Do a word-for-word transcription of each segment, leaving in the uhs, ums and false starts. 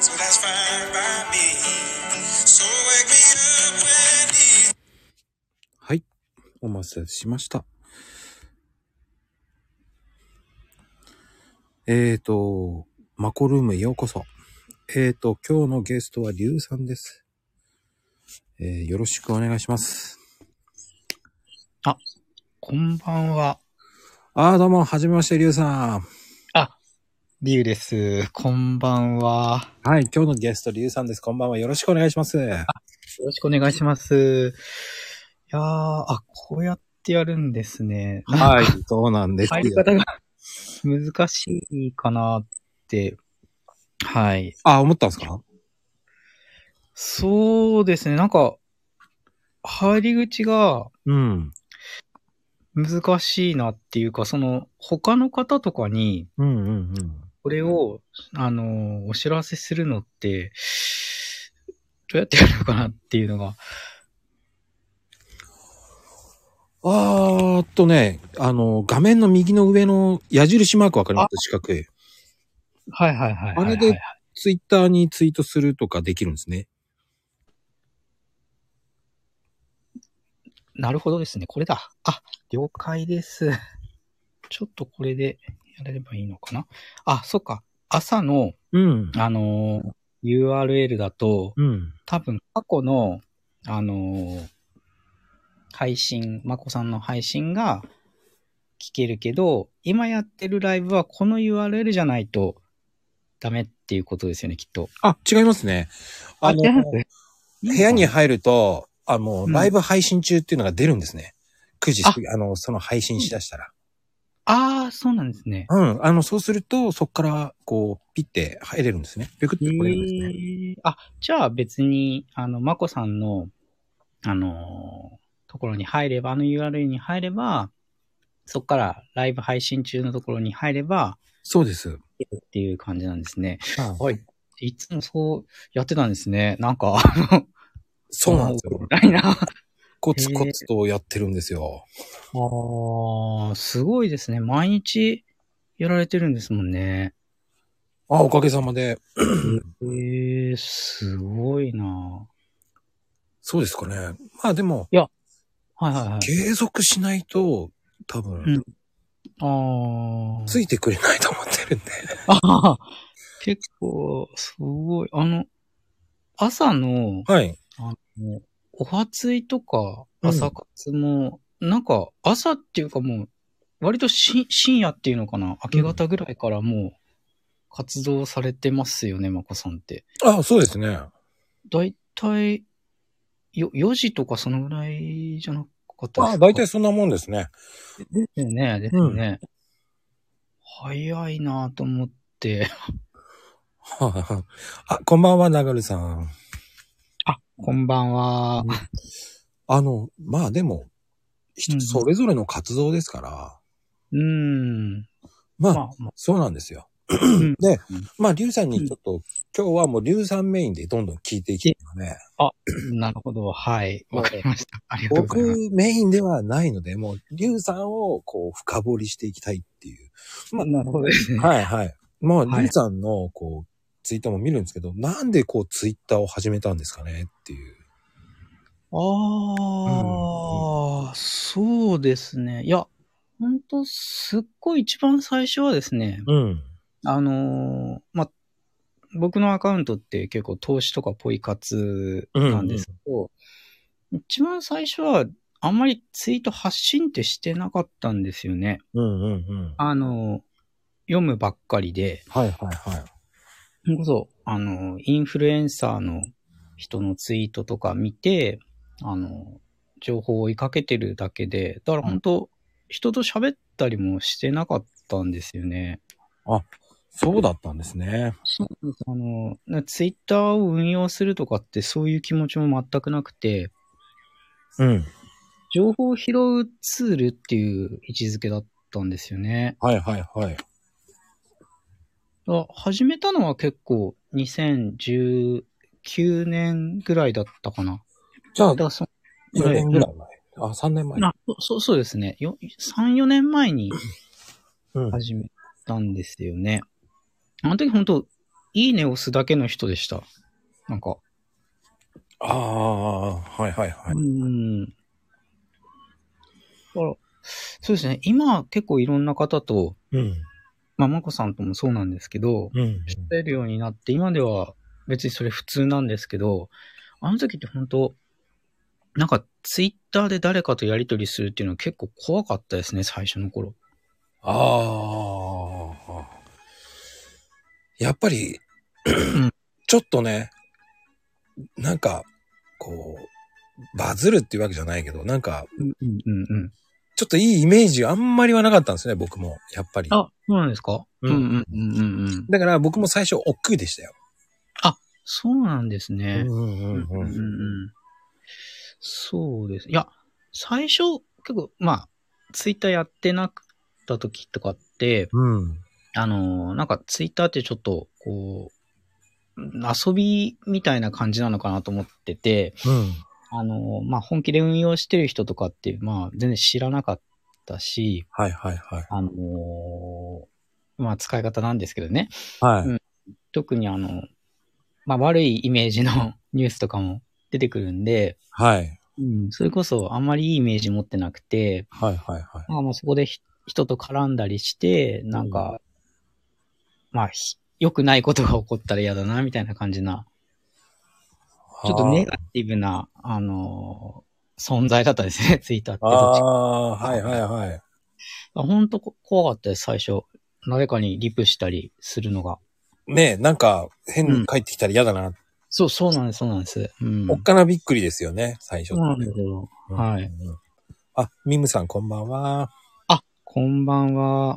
So that's fine by me. So wake me up when he's はい。お待たせしました。えーと、マコルームへようこそ。えーと、今日のゲストはリュウさんです。えー、よろしくお願いします。 あ、こんばんは。 あー、どうも、はじめまして、リュウさん。 あ、リュウです。こんばんは。 はい、今日のゲスト、リュウさんです。こんばんは。よろしくお願いします。あ、よろしくお願いします。いやー、あ、こうやってやるんですね。 はい、そうなんですよ。 入り方が難しいかなって。はい。 あ、思ったんですか？ そうですね。なんか、入り口が、 うん。 難しいなっていうか、その、他の方とかに、 うんうんうん。 これを、あの、お知らせするのって、どうやってやるのかなっていうのが、 あーっとね、あの、画面の右の上の矢印マークわかります？四角い。 はいはいはいはい、はい。 あれで、ツイッターにツイートするとかできるんですね。 なるほどですね。これだ。あ、了解です。ちょっとこれでやれればいいのかな。あ、そっか。朝の、 うん。 あのー、ユーアールエル だと、 うん。 多分過去の、あのー、配信、まこさんの配信が聞けるけど、今やってるライブはこの ユーアールエル じゃないとダメっていうことですよね、きっと。 あ、違いますね。あの、部屋に入ると、あの、うん、ライブ配信中っていうのが出るんですね。くじ過ぎ、あの、その配信しだしたら。 ああ、そうなんですね。 うん。あの、そうすると、そこから、こう、ピッて入れるんですね。ピクッて来れるんですね。 えー、あ、じゃあ別に、あの、まこさんの、あのー、ところに入れば、あの ユーアールエル に入れば、そこからライブ配信中のところに入れば、 そうです。 っていう感じなんですね。 はい。 いつもそうやってたんですね。なんか、あの、 そうなんですよ。 ないな。 コツコツとやってるんですよ。 ああ、すごいですね。毎日やられてるんですもんね。 あ、おかげさまで。 ええー、すごいな。 そうですかね。まあでも、 いや、はいはいはい。 継続しないと、多分、うん、ああ。ついてくれないと思ってるんで。 ああ、結構、すごい。あの、朝の、 はい。 あの、お初いとか、朝活も、うん、なんか、朝っていうかもう、割とし深夜っていうのかな、明け方ぐらいからもう、活動されてますよね、まこさんって。 ああ、そうですね。 だいたい、よ、よじとかそのぐらいじゃなかったですか？ ああ、だいたいそんなもんですね。 ですよね、ですよね。うん、早いなぁと思って。 あ、こんばんは、ながるさん。 あ、こんばんは。 あの、まあでも、人それぞれの活動ですから。 うん。 まあ、まあまあ、そうなんですよ。で、まあ、リュウさんにちょっと、うん、今日はもうリュウさんメインでどんどん聞いていきたいので。 あ、なるほど。はい。わかりました。ありがとうございます。 僕メインではないので、もう、リュウさんをこう、深掘りしていきたいっていう。 まあ、なるほどですね。 はいはい。まあ、リュウさんの、こう、ツイッターも見るんですけど、なんでこう、ツイッターを始めたんですかねっていう。 ああ、うん、そうですね。いや、ほんと、すっごい一番最初はですね、 うん。 あのー、ま、僕のアカウントって結構投資とかポイ活なんですけど、うんうん、一番最初はあんまりツイート発信ってしてなかったんですよね。 うんうんうん。 あのー、読むばっかりで。 はいはいはい。 それこそ、あのー、インフルエンサーの人のツイートとか見て、あの、情報を追いかけてるだけで、だから本当、人と喋ったりもしてなかったんですよね。 あ、そうだったんですね。 そうです。あの、ツイッターを運用するとかってそういう気持ちも全くなくて、 うん。 情報を拾うツールっていう位置づけだったんですよね。 はいはいはい。 あ、始めたのは結構にせんじゅうきゅうねんぐらいだったかな。 じゃあ、 だからそよねんぐらい前。あ、さんねんまえ。 あ、そう、そうですね。さん、よねんまえに始めたんですよね。うん、あの時本当いいね押すだけの人でした。なんか。 ああ、はいはいはい。 うん。だからそうですね。今結構いろんな方と、 うん。 まあ、まこさんともそうなんですけど、 うん、うん。 知ってるようになって、今では別にそれ普通なんですけど、あの時って本当なんかツイッターで誰かとやり取りするっていうのは結構怖かったですね、最初の頃。 ああ。やっぱり、 うん。 ちょっとね、なんか、こう、バズるっていうわけじゃないけど、なんか、 うんうんうんうん。 ちょっといいイメージあんまりはなかったんですね、僕も。やっぱり。 あ、そうなんですか？ うん。 うんうんうんうんうん。 だから僕も最初、億劫でしたよ。 あ、そうなんですね。 うんうんうんうんうんうん。 うん。そうです。いや、最初、結構、まあ、ツイッターやってなかった時とかって、 うん。 あの、なんかツイッターってちょっと、こう、遊びみたいな感じなのかなと思ってて、 うん。 あの、まあ、本気で運用してる人とかって、まあ、全然知らなかったし、 はいはいはい。 あのまあ、使い方なんですけどね。 はい。 うん、特にあの、まあ、悪いイメージのニュースとかも出てくるんで、 はい。 うん、それこそあんまりいいイメージ持ってなくて、 はいはいはい。 まあ、まあそこでひ人と絡んだりして、なんか、まあ、ひ良くないことが起こったら嫌だな、みたいな感じな、ちょっとネガあティブな、あのー存在だったですね、ツイッターっあ、 てどっちか。 ああ、はいはいはい。 ほんとこ怖かったです、最初。誰かにリプしたりするのが。 ねえ、なんか変うん。 に帰ってきたら嫌だな。 そう、そうなんです、そうなんです。うおっん。 かなびっくりですよね、最初そうなんって。 ですよ。 うんうんはい。 うん、あ、ミムさんこんばんは。 あ、こんばんは。 うん、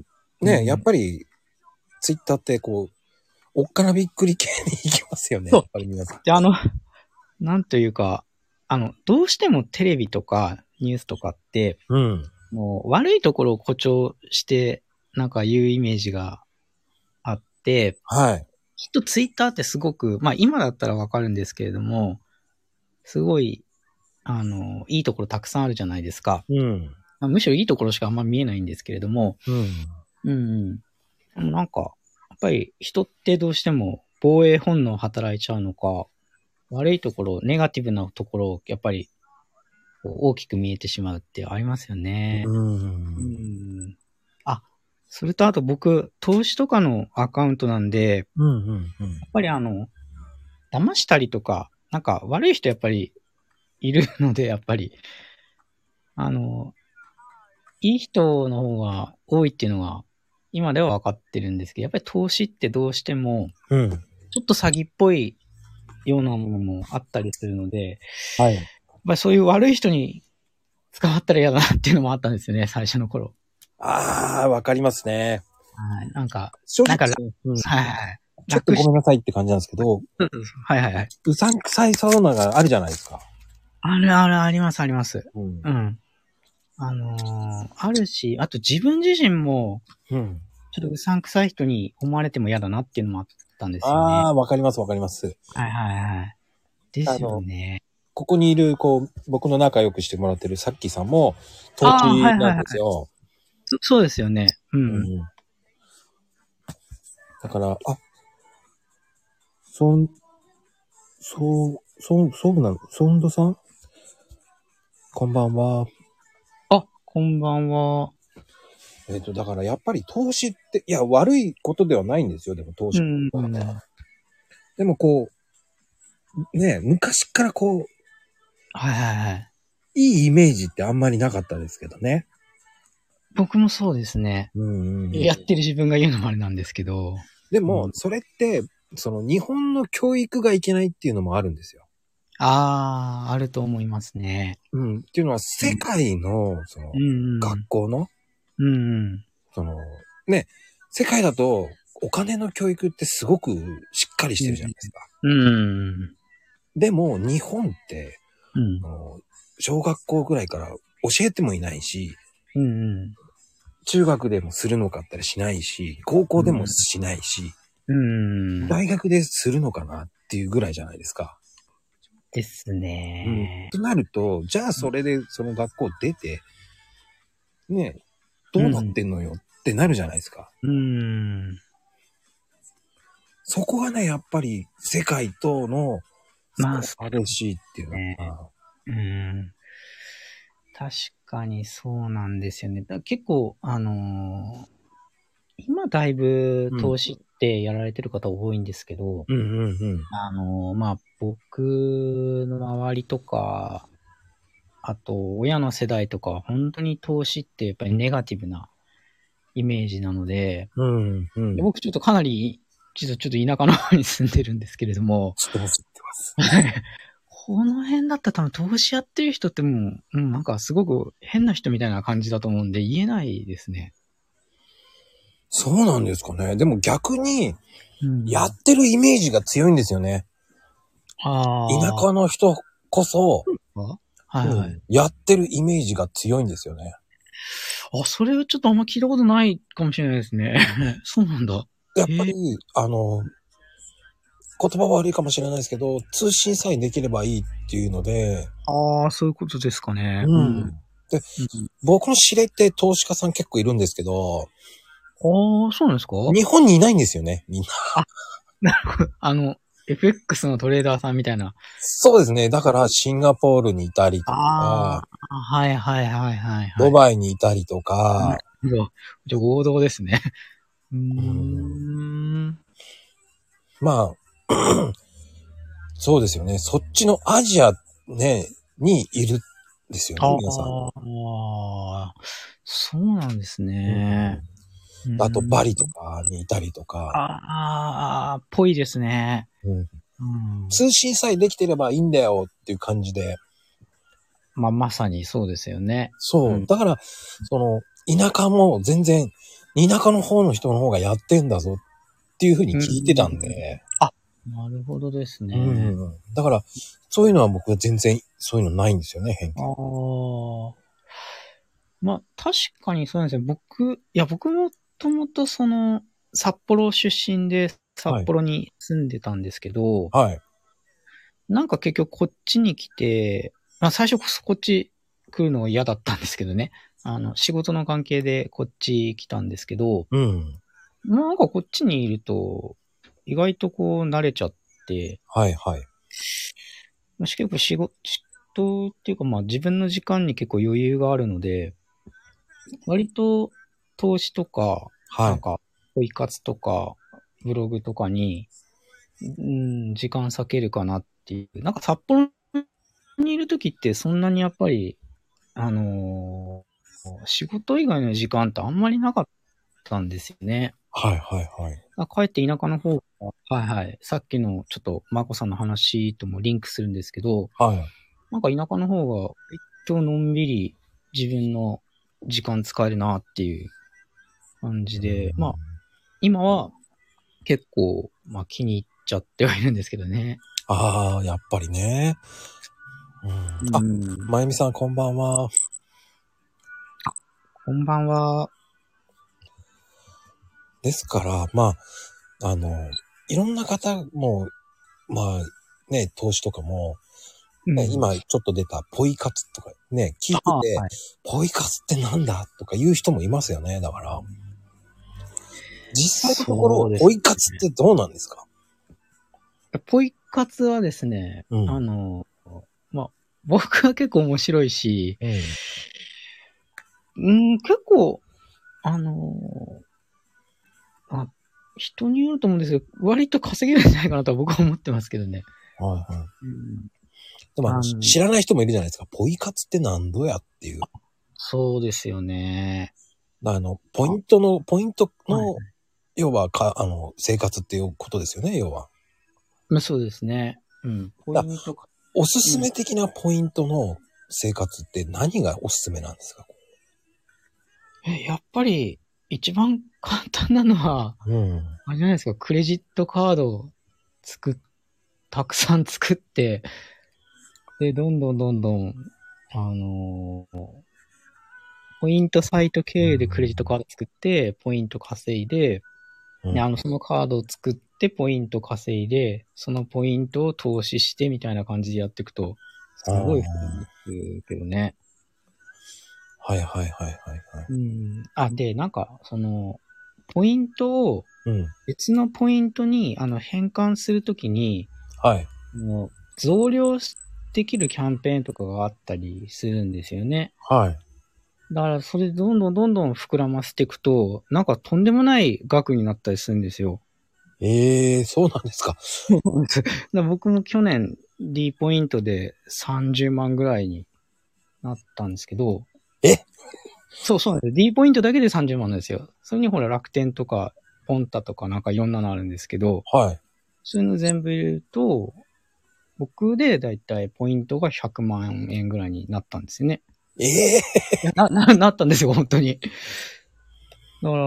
ねえ、やっうん。 ぱりツイッターってこう、おっかなびっくり系に行きますよね、 そう。 やっぱり皆さん。 で、あの、なんというか、あの、どうしてもテレビとかニュースとかって、 うん。 もう悪いところを誇張して、なんか言うイメージがあって、 はい。 きっとツイッターってすごく、まあ今だったらわかるんですけれども、すごい、あの、いいところたくさんあるじゃないですか。 うん。 まあ、むしろいいところしかあんま見えないんですけれども、 うん。 うんうん。でもなんか、やっぱり人ってどうしても防衛本能働いちゃうのか、悪いところ、ネガティブなところをやっぱりこう大きく見えてしまうってありますよね。 ううん。 ん。あ、それとあと僕、投資とかのアカウントなんで、やっうん。うん。 ぱりあの、騙したりとか、なんか悪い人やっぱりいるので、やっぱり、あの、いい人の方が多いっていうのは、今では分かってるんですけど、やっぱり投資ってどうしても、 うん。 ちょっと詐欺っぽいようなものもあったりするので、 はい。 やっぱりそういう悪い人に捕まったら嫌だなっていうのもあったんですよね、最初の頃。 ああ、わかりますね。 はい。なんか、 正直、 なんか、はいうん、 はい。 ちょっと楽し、 ごめんなさいって感じなんですけど、 はいはいはい。 うさんくさいそうなのがあるじゃないですか。 あるあるありますあります。 うん。 うん。あのーあるし、あと自分自身も、 うん。 ちょっとうさんくさい人に思われても嫌だなっていうのもあったんですよね。 ああ、わかりますわかります。 はいはいはい。ですよあの、 ね。 ここにいる、こう、僕の仲良くしてもらってるさっきさんも、投ああ、は資なんいはいはい。 ですよ。 そそうですよね。うん。 うんうん。だから、あ、そん、そう、そう、そうなの、ソンドさんこんばんは。 あ、こんばんは。 えっと、だからやっぱり投資って、いや、悪いことではないんですよ、でも投資。 うん。 でもこう、ね、昔からこう、 はいはいはい。 いいイメージってあんまりなかったですけどね。 僕もそうですね。 うんうんうん、 やってる自分が言うのもあれなんですけど。 でも、 うん、 それって、その日本の教育がいけないっていうのもあるんですよ。 ああ、あると思いますね。 うん。っていうのは、世界の、その、 うん、 学校の、 うん、うん。 その、ね、世界だと、お金の教育ってすごくしっかりしてるじゃないですか。 うん。 でも、日本って、 うん。 あの小学校ぐらいから教えてもいないし、 うん。 中学でもするのかったらしないし、高校でもしないし、 うん。 大学でするのかなっていうぐらいじゃないですか。 ですうん。 ね。 となると、じゃあそれでその学校出て、ね、どうなってんのよってなるじゃないですか。 うん。 そこがね、やっぱり世界との、 まあ、 激しいっていうのね。 が、 うん。確かにそうなんですよね。だ結構、あのー今だいぶ投資ってやられてる方多いんですけど、 うんうんうん。 あのーまあ、僕の周りとか、あと、親の世代とかは本当に投資ってやっぱりネガティブなイメージなので、 うんうん。 で僕ちょっとかなり、実はちょっと田舎の方に住んでるんですけれども、 知ってます、知ってます。 この辺だったら多分投資やってる人ってもう、うん、なんかすごく変な人みたいな感じだと思うんで言えないですね。 そうなんですかね。でも逆に、 うん、 やってるイメージが強いんですよね。田あ舎の人こそ、 あ。はいはい。 うん、やってるイメージが強いんですよね。 あ、それはちょっとあんま聞いたことないかもしれないですね。そうなんだ。 やっぱり、 へえ。 あの、言葉は悪いかもしれないですけど、通信さえできればいいっていうので、 ああ、そういうことですかね。 ううん。 ん。で、 うん、 僕の知り合いって投資家さん結構いるんですけど、 ああ、そうなんですか？ 日本にいないんですよね、みんな。 あ、なるほど。あの、エフエックス のトレーダーさんみたいな。 そうですね。だからシンガポールにいたりとあか、 あ、はいはいはいはいはい。 ドバイにいたりとなか、 るほど。じゃあ合同ですね。うーうん、 ん。 まあ、そうですよね。そっちのアジアね、にいるんですよね、 あ皆さん。 あ、そうなんですうん、 ね。うーあとバん。 リとかにいたりとか、 ああ、ぽいですね。 うん、 うん。 通信さえできてればいいんだよっていう感じで、 まあ、まさにそうですよね。うそう。 ん。 だから、その、田舎も全然、田舎の方の人の方がやってんだぞっていうふうにうん。 聞いてたんで、 あ、なるほどですうね。 ん。だから、そういうのは僕は全然、そういうのないんですよね、偏あ見。 あ。まあ、確かにそうなんですよ。僕、いや、僕もともとその、札幌出身で札はい。 幌に住んでたんですけど、 はい。 なんか結局こっちに来て、まあ最初こっち来るのが嫌だったんですけどね。あの、仕事の関係でこっち来たんですけど、 うん。 まあなんかこっちにいると、意外とこう慣れちゃって、 はいはい。 まあ結構仕事、仕事っていうかまあ自分の時間に結構余裕があるので、割と投資とか、 はい。 なんか、ポイ活とか、ブログとかに、うん、時間割けるかなっていう。なんか札幌にいるときってそんなにやっぱり、あのー仕事以外の時間ってあんまりなかったんですよね。 はいはいはい。 あかえって田舎の方が、はいはい。さっきのちょっと、マコさんの話ともリンクするんですけど、 はい。 なんか田舎の方が、割とのんびり自分の時間使えるなっていう感じで、まあ、今は結構、まあ気に入っちゃってはいるんですけどね。 ああ、やっぱりね。うん。 うあ、 ん。 まゆみさんこんばんは。 こんばんは。 ですから、まあ、あの、いろんな方も、まあ、ね、投資とかも、ね、 うん。 今ちょっと出たポイ活とかね、聞いてああ、 て、 はい。 ポイ活ってなんだとか言う人もいますよね。だから、実際のところ、 そうですポイ活ってどうなんですか？ ね。ポイ活はですね、 うん。 あの、まあ、僕は結構面白いし、 うん。 うん、結構、あの、あ、人によると思うんですけど、割と稼げるんじゃないかなとは僕は思ってますけどね。 はいはい。 うん、 でもあの、 あの、 知らない人もいるじゃないですか。ポイ活って何ぞやっていう。 そうですよね。 あの、ポイあ、 ントの、ポイントはい。 の、要はか、あの、生活っていうことですよね、要は。 まあ、そうですね。うん。ポイだントか。 おすうん。 すめ的なポイントの生活って何がおすすめなんですか？ え、やっぱり、一番簡単なのは、 うん。 あれじゃないですか、クレジットカードを作っ、たくさん作って、で、どんどんどんどん、あのーポイントサイト経由でクレジットカード作って、ポイント稼いで、 うん。 で、あの、そのカードを作って、ポイント稼いで、そのポイントを投資してみたいな感じでやっていくと、 あすごい増あ。 えるけどね。 はいはいはいはいはい。 うん。あ、で、なんか、その、ポイントをうん。 別のポイントに、あの、変換するときに、 はい。 もう増量できるキャンペーンとかがあったりするんですよね。 はい。 だからそれどんどんどんどん膨らませていくと、なんかとんでもない額になったりするんですよ。 ええー、そうなんですか。 だから僕も去年 D ポイントでさんじゅうまんぐらいになったんですけど。 えそうそうなんです。D ポイントだけでさんじゅうまんなんですよ。それにほら楽天とかポンタとかなんかよんじゅうななあるんですけど、 はい。 そういうの全部入れると、僕でだいたいポイントがひゃくまんえんぐらいになったんですよね。 ええいやな、な、なったんですよ、本当に。だから、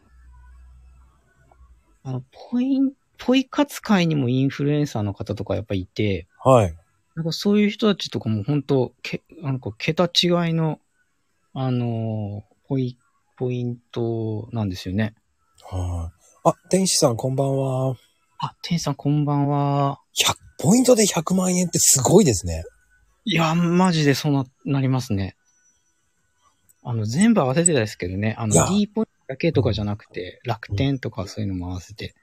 あの、ポイン、ポイ活会にもインフルエンサーの方とかやっぱいて、 ー、はい。 なんかそういう人たちとかも本当、け、なんか桁違いの、あのー、ポイ、ポイントなんですよね。 はい。あ、天使さんこんばんは。 あ、店員さんこんばんは。 ひゃくポイントでひゃくまん円ってすごいですね。 いや、マジでそうな、なりますね。あの、全部合わせてですけどね、あの、 いや、 D ポイントだけとかじゃなくて、楽天とかそういうのも合わせて。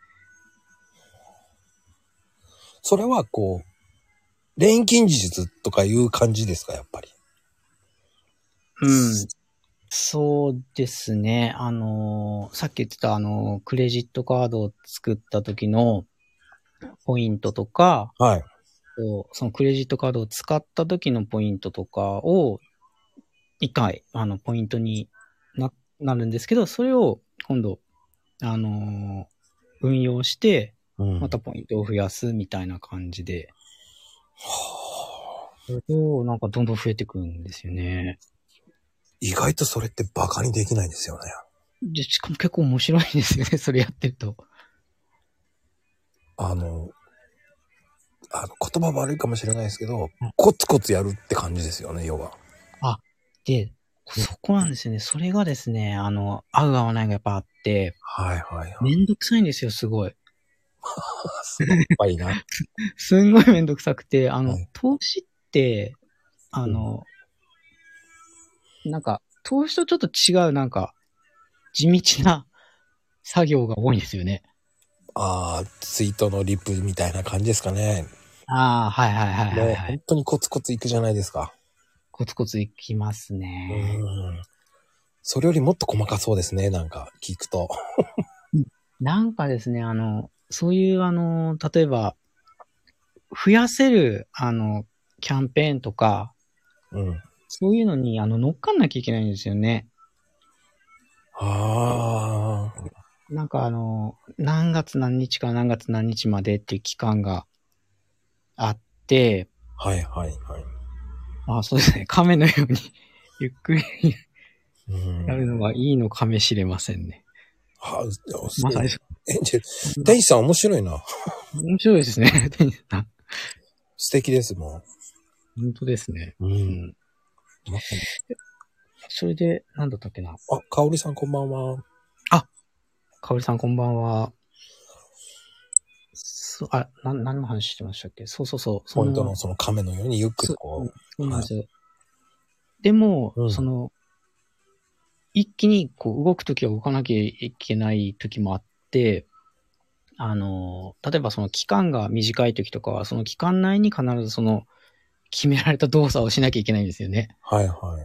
それはこう、錬金術とかいう感じですか、やっぱり。 うん。そうですね。あのーさっき言ってたあのークレジットカードを作った時のポイントとか、 はい。 こうそのクレジットカードを使った時のポイントとかを一回、あの、ポイントにな、なるんですけど、それを今度、あのー運用して、 うん。 またポイントを増やすみたいな感じで、 はあ、 それをなんかどんどん増えてくるんですよね。 意外とそれってバカにできないんですよね。 で、しかも結構面白いですよね、それやってると。 あの、あの言葉悪いかもしれないですけど、コツコツやるって感じですよね、要は。 あ、で、そこなんですよね。それがですね、あの、合う合わないがやっぱあって、 はいはいはい。 めんどくさいんですよ、すごい。 すごいやっぱりな。 すんごいめんどくさくて、あの、 はい、 投資って、あの、うん、なんか、投資とちょっと違う、なんか、地道な作業が多いんですよね。 ああ、ツイートのリップみたいな感じですかね。 ああ、はいはいはいはい、 もうはい。 本当にコツコツいくじゃないですか。 コツコツいきますうね。 ん。それよりもっと細かそうですね、なんか聞くと。 なんかですね、あの、そういうあの、例えば、増やせる、あの、キャンペーンとか、 うん。 そういうのに、あの、乗っかんなきゃいけないんですよね。 ああ。 なんかあの、何月何日から何月何日までっていう期間があって、 はいはいはい。 あ、そうですね。亀のようにゆっくりうん。 やるのがいいのかもしれませんね。 はあ、 まさに、 エンジェル、天使さん面白いな。 面白いですね。 素敵ですも本当ですね。 ん。う。 うんん。 まさに。 それで、なんだったっけな。 あ、かおりさんこんばんは。 あ、かおりさんこんばんは。そう、あ、な、何の話してましたっけ？そうそうそう。そポイントのの、 その亀のようにゆっくりそこう。はい。 そうなんですよ。でも、 うん。 その、一気にこう動くときは動かなきゃいけないときもあって、あの、例えばその期間が短いときとかは、その期間内に必ずその決められた動作をしなきゃいけないんですよね。 はいはい。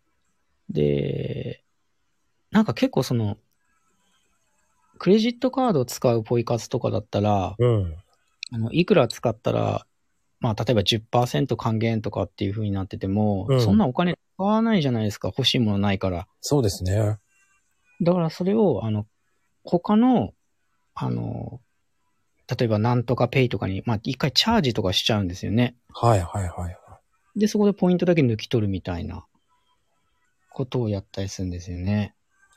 で、なんか結構その、クレジットカードを使うポイ活とかだったら、 うん。 あの、いくら使ったら、まあ、例えばじゅっパーセント還元とかっていう風になってても、 うん。 そんなお金使わないじゃないですか。欲しいものないから。 そうですね。 だからそれを、あの、他の、あの、例えばなんとかペイとかに、まあ、一回チャージとかしちゃうんですよね。 はいはいはい。 で、そこでポイントだけ抜き取るみたいなことをやったりするんですよね。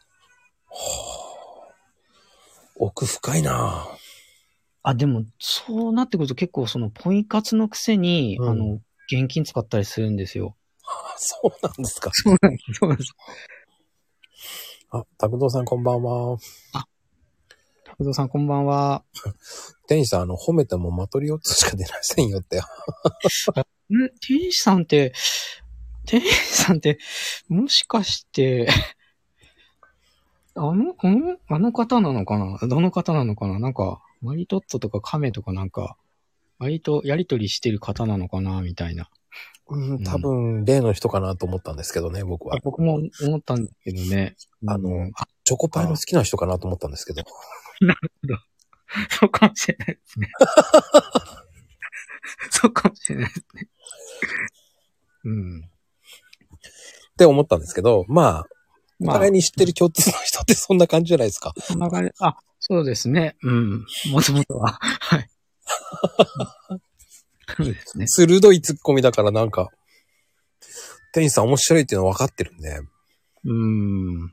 はあ、奥深いな。 あ、でも、そうなってくると結構そのポイ活のくせに、 うん。 あの、現金使ったりするんですよ。 あ、そうなんですか。 そうなんです。そうなんです。 あ、拓郎さんこんばんは。 あ、拓蔵さんこんばんは。 天使さん、あの、褒めてもマトリオッツしか出ませんよって。 ん天使さんって、天使さんって、もしかして、 あの、この、あの方なのかなどの方なのかななんか、マリトッツォとかカメとかなんか、割とやりとりしてる方なのかなみたいな。 うん、多分、例の人かなと思ったんですけどね、僕は。 僕も思ったんですけどね。 あの、 うん、 チョコパイの好きな人かなと思ったんですけど。 なるほど。そうかもしれないですね。そうかもしれないですね。うん。 って思ったんですけど、まあ、おまあ、 互いに知ってる共通の人ってそんな感じじゃないですか。 そんな感じ、あ、そうですね。うん。もともとは。はい。そうですね。 鋭いツッコミだからなんか、店員さん面白いっていうのは分かってるんで。 うーん。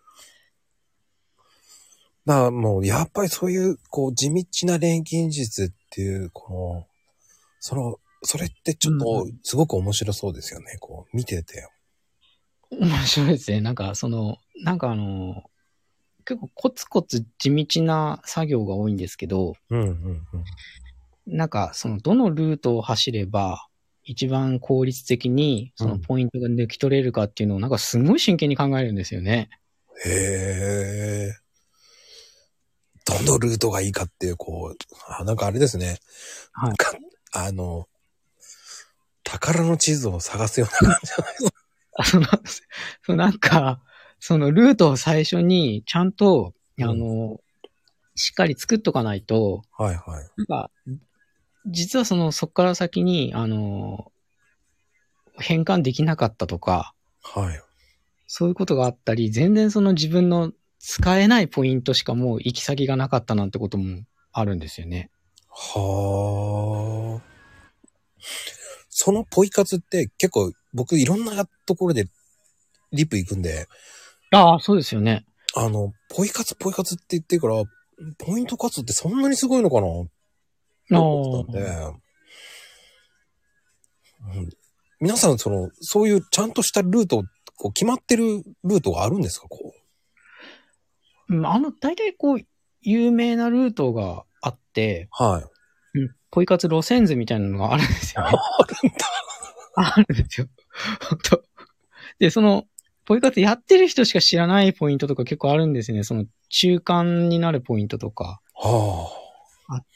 だからもう、やっぱりそういう、こう、地道な錬金術っていう、この、その、それってちょっと、すごく面白そうですよね。こう、見てて。 面白いですね。なんか、その、なんかあの、結構コツコツ地道な作業が多いんですけど、 うんうんうん。 なんか、その、どのルートを走れば、一番効率的に、そのポイントが抜き取れるかっていうのを、なんかすごい真剣に考えるんですよね。 へー。どのルートがいいかっていう、こう、あ、なんかあれですね。 はい。 あの、宝の地図を探すような感じじゃないですか。 あその、そのなんか、そのルートを最初にちゃんと、あの、うん、しっかり作っとかないと、 はいはい。 なんか、実はその、そっから先に、あの、変換できなかったとか、 はい。 そういうことがあったり、全然その自分の使えないポイントしかもう行き先がなかったなんてこともあるんですよね。 はあ。そのポイ活って結構僕いろんなところでリプ行くんで。 ああ、そうですよね。 あの、ポイ活ポイ活って言ってるから、ポイント活ってそんなにすごいのかなって思ったんで、うん、皆さんその、そういうちゃんとしたルート、こう決まってるルートがあるんですかこう。うん、あの、大体こう、有名なルートがあって、 はい。 うん、ポイ活路線図みたいなのがあるんですよね。 あるんだ。 あるんですよ。本当。で、その、ポイ活やってる人しか知らないポイントとか結構あるんですよね。その中間になるポイントとか。 はあって、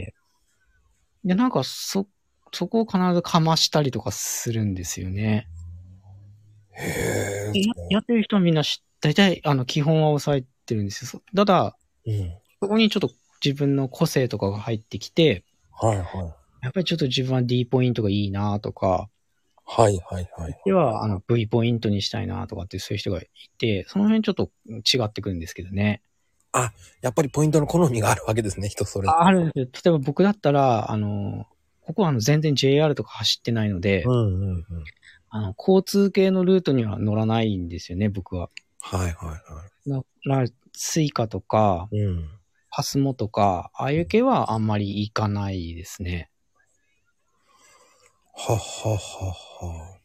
で、なんかそ、そこを必ずかましたりとかするんですよね。 あ。へえ。 や, やってる人はみんなし、大体、あの、基本は抑えてるんですよ。ただ、 うん、 そこにちょっと自分の個性とかが入ってきて、 はいはい。 やっぱりちょっと自分は D ポイントがいいなとか、 はいはいはい。 では、あの、V ポイントにしたいなとかってそういう人がいて、その辺ちょっと違ってくるんですけどね。 あ、やっぱりポイントの好みがあるわけですね、人それぞれ。 あるんですよ。例えば僕だったら、あの、ここはあの全然 ジェイアール とか走ってないので、 うんうんうん。 あの、交通系のルートには乗らないんですよね、僕は。 はいはいはい。 だから、スイカとか、 うん。 パスモとか、ああいう系はあんまり行かないですね。 はははは。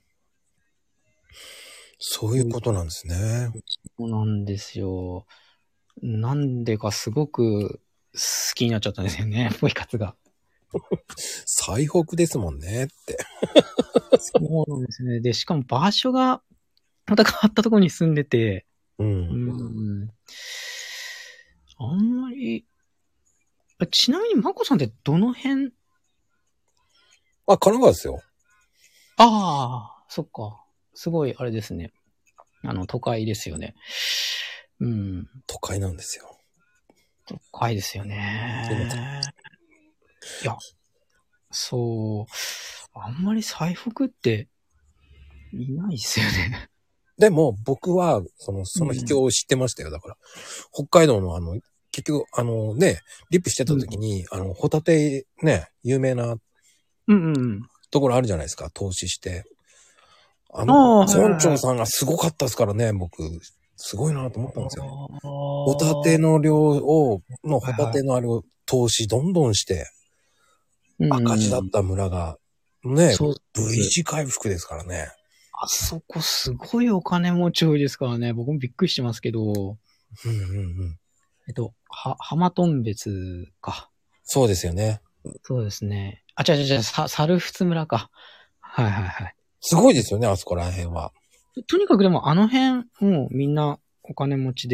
そういうことなんですね。 そうなんですよ。なんでかすごく好きになっちゃったんですよね、ポイ活が。 最北ですもんねって。 そうなんですね。で、しかも場所がまた変わったところに住んでて、 うん。 うん、あんまり、ちなみにマコさんってどの辺？ あ、神奈川ですよ。 ああ、そっか。すごい、あれですね。あの、都会ですよね。うん。 都会なんですよ。 都会ですよね。いや、そう。あんまり最北っていないですよね。 でも僕は、その、その秘境を知ってましたよ。だから、北海道のあの、結局、あのね、リップしてた時に、うん、あの、ホタテね、有名な、 うんうん。 ところあるじゃないですか、投資して。あの、村長さんがすごかったですからね、僕、すごいなと思ったんですよ。ホタテの量を、のホタテのあれを投資どんどんして、赤字だった村が、ね、V 字回復ですからね。 あそこすごいお金持ち多いですからね。僕もびっくりしてますけど。うんうんうん。 えっと、は、浜頓別か。 そうですよね。 そうですね。あ、違う違う違う、さ、猿払村か。はいはいはい。 すごいですよね、あそこら辺は。 とにかくでもあの辺、もうみんなお金持ちで。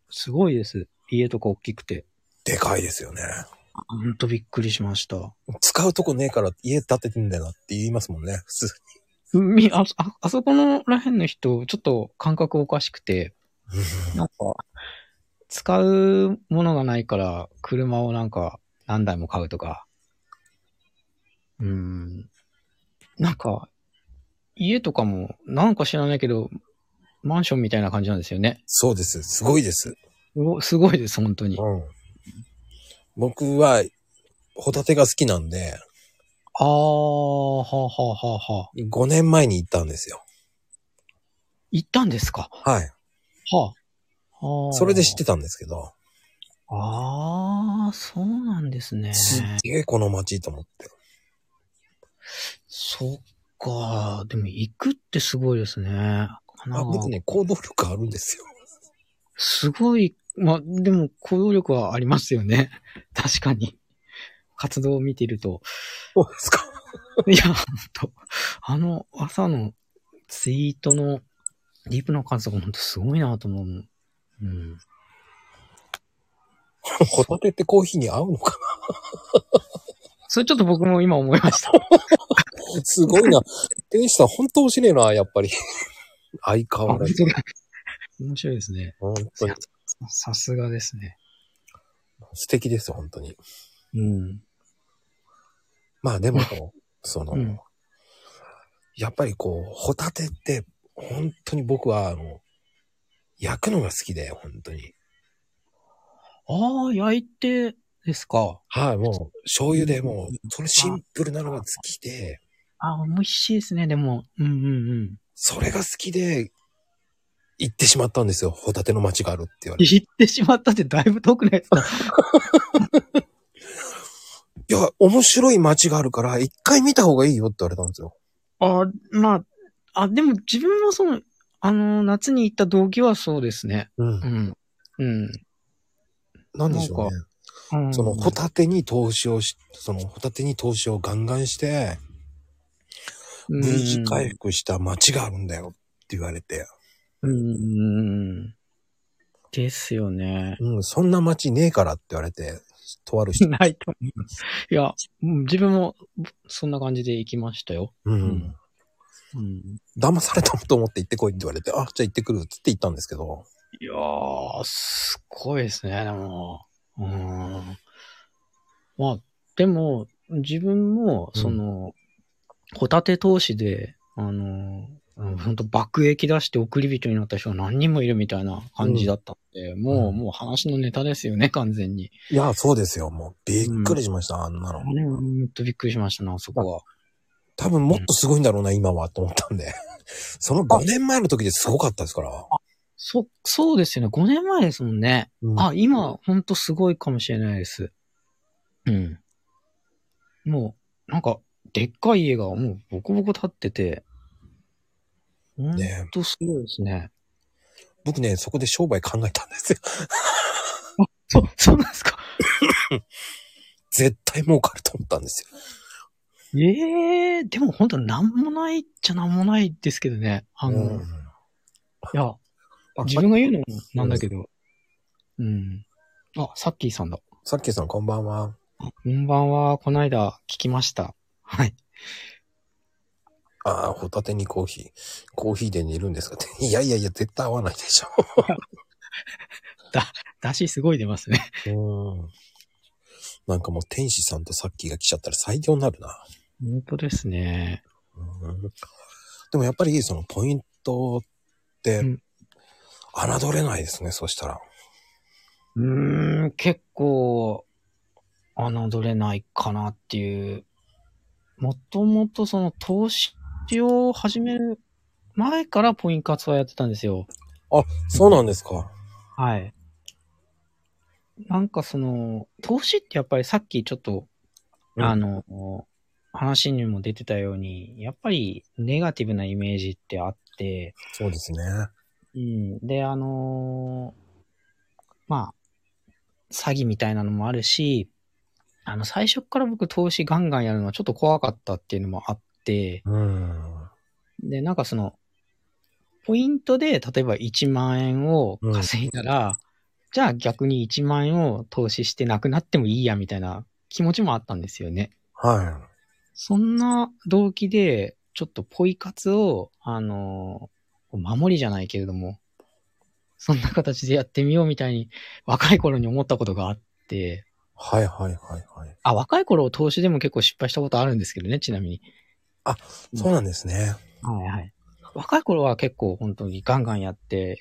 すごいです。家とか大きくて。 でかいですよね。 ほんとびっくりしました。 使うとこねえから家建ててんだよなって言いますもんね、普通に。 み、あ、あ、あそこのらへんの人、ちょっと感覚おかしくて、なんか、使うものがないから、車をなんか何台も買うとか、うーん、なんか、家とかも、なんか知らないけど、マンションみたいな感じなんですよね。 そうです。すごいです。 おすごいです、本当に。 うん。僕は、ホタテが好きなんで、 ああ、はあはあはあはあ。 ごねんまえに行ったんですよ。 行ったんですか？ はい。 はあ。はあ。 それで知ってたんですけど、 ああ、そうなんですね。 すっげえこの街と思って。 そっか。でも行くってすごいですね。神奈あ、僕川。 ね、行動力あるんですよ。 すごい。まあ、でも行動力はありますよね。確かに。活動を見てると。 そうですか。 いや、ほんと。あの、朝のツイートのリプの数がほんとすごいなと思う。うん。 ホタテってコーヒーに合うのかそれちょっと僕も今思いました。 なすごいな。天使さん本当面白いな、やっぱり。相変わらず。 面白いですね。 本当に。 さすがですね。 素敵です、本当に。 うん。 まあでも、その、 うん、 やっぱりこう、ホタテって、本当に僕は、あの、焼くのが好きで、本当に。 ああ、焼いてですか。 はい、もう、醤油でもう、そのシンプルなのが好きで、 ああ、美味しいですね、でも。うんうんうん。 それが好きで、行ってしまったんですよ。ホタテの街があるって言われて。 行ってしまったってだいぶ遠くないですか？ いや、面白い街があるから、一回見た方がいいよって言われたんですよ。 ああ、まあ、あ、でも自分もその、あの、夏に行った動機はそうですね。 うん。 うん。うん。 なんでしょうね。 うん、 その、ホタテに投資をし、その、ホタテに投資をガンガンして、 う V 字ん。 回復した街があるんだよって言われて。 うん。ですよね。 うん、そんな街ねえからって言われて、とある人。 ないと思います。いや、うん自分もそんな感じで行きましたよ。 うん。 うん。うん、 騙されたと思って行ってこいって言われて、あ、じゃあ行ってくるっつって行ったんですけど。 いやー、すごいですね、でも。うん。まあ、でも、自分も、その、ホタテ投資で、あの、ほんと爆益出して送り人になった人が何人もいるみたいな感じだったんで、うん、もう、もう話のネタですよね、完全に。 いや、そうですよ。もう、びっくりしました、うん、あんなの。 ほんとびっくりしましたな、あそこは。 多分もっとすごいんだろうな、うん、今は、と思ったんで。そのごねんまえの時ですごかったですから。 あ、そ、そうですよね。ごねんまえですもんね。うん、あ、今、ほんとすごいかもしれないです。うん。もう、なんか、でっかい家がもうボコボコ建ってて、ほんとすごいですね。ね僕ね、そこで商売考えたんですよ。 あ、そう、そうなんですか。 絶対儲かると思ったんですよ。ええー、でもほんとなんもないっちゃなんもないですけどね。あの、うん、いや、自分が言うのもなんだけど、うん、うん。あ、サッキーさんだ。 サッキーさんこんばんは。 こんばんは。この間聞きました。はい。 ああ、ホタテにコーヒー。コーヒーで煮るんですかって。いやいやいや、絶対合わないでしょ。 だ、だしすごい出ますね。 うん。なんかもう天使さんとサッキーが来ちゃったら最強になるな。 本当ですね。 うん、でもやっぱりそのポイントって、侮れないですね、うん、そしたら。 うーん、結構、侮れないかなっていう。もともとその投資を始める前からポイン活はやってたんですよ。 あ、そうなんですか。 はい。なんかその、投資ってやっぱりさっきちょっと、うん、あの、話にも出てたように、やっぱりネガティブなイメージってあって。 そうですね。 うん。で、あのー、まあ、詐欺みたいなのもあるし、あの、最初から僕投資ガンガンやるのはちょっと怖かったっていうのもあって、 うん。 で、なんかその、ポイントで、例えばいちまん円を稼いだら、 じゃあ逆にいちまん円を投資してなくなってもいいやみたいな気持ちもあったんですよね。 はそんな動機で、ちょっとポイ活を、あのー守りじゃないけれども、そんな形でやってみようみたいに若い頃に思ったことがあって、 はいはいはいはい。 あ、若い頃投資でも結構失敗したことあるんですけどね、ちなみに。 あ、そうなんですね。 はいはい。若い頃は結構本当にガンガンやって、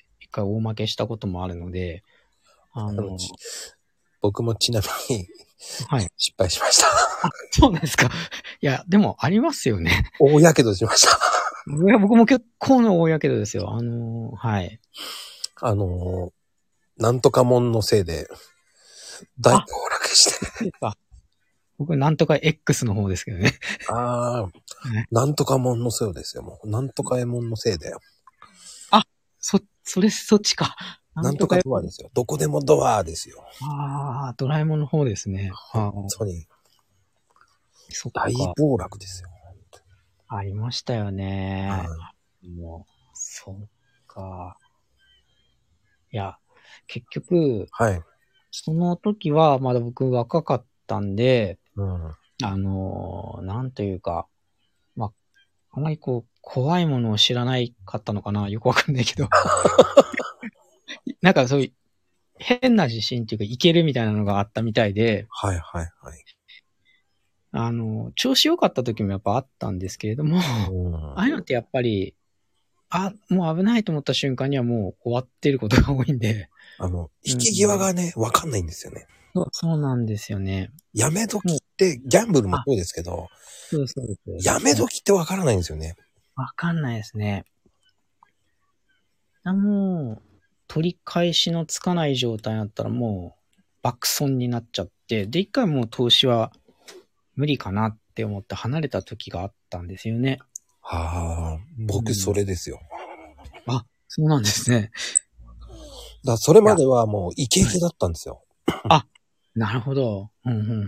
一回大負けしたこともあるので、あのー、 僕もちなみに、 はい。 失敗しました。 あ、そうなんですか。いや、でもありますよね。 大やけどしました。 いや、僕も結構な大やけどですよ。あのー、はい。 あのー、なんとかもんのせいで、大暴落して。 僕、なんとか X の方ですけどね。 ああ、なんとかもんのせいですよ。もう、なんとかえもんのせいだよ。 あ、そ、それ、そっちか。 なんとかドアですよ。どこでもドアですよ。 ああ、ドラえもんの方ですね。 本当に。 そっか。 大暴落ですよ。 ありましたよね。 はい、 もう、そっか。いや、結局、 はい。 その時はまだ僕若かったんで、 うん、 あの、なんというか、まあ、あまりこう、怖いものを知らないかったのかなよくわかんないけど。なんかそういう、変な自信っていうか、いけるみたいなのがあったみたいで、 はいはいはい。 あの、調子良かった時もやっぱあったんですけれども、 うん、 ああいうのってやっぱり、あ、もう危ないと思った瞬間にはもう終わってることが多いんで。 あの、引き際がね、わかんないんですよね。 そう、そうなんですよね。 やめ時って、ギャンブルもそうですけど、 そうそうです。 やめ時ってわからないんですよね。 わかんないですね。あもう、取り返しのつかない状態だったらもう、爆損になっちゃって、で、一回もう投資は無理かなって思って離れた時があったんですよね。 はあ、僕それですよ。 うん、あ、そうなんですね。 だからそれまではもうイケイケだったんですよ。 あ、なるほど。うん、うん、うん、うん。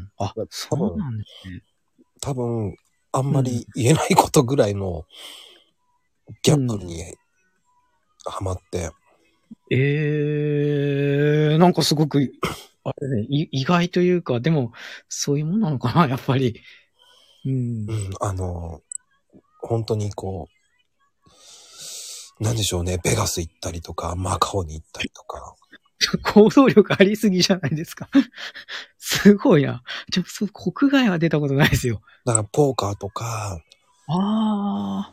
あ、そうなんですね。 多分、あんまり言えないことぐらいのギャンブルにハマって。 うん、ええー、なんかすごく、あれね、意外というか、でも、そういうもんなのかな、やっぱり。うん。 うん、あの、本当にこう、なんでしょうね、ベガス行ったりとか、マカオに行ったりとか。 行動力ありすぎじゃないですか。すごいな。ちょ、そう、国外は出たことないですよ。 だから、ポーカーとか、 ああ。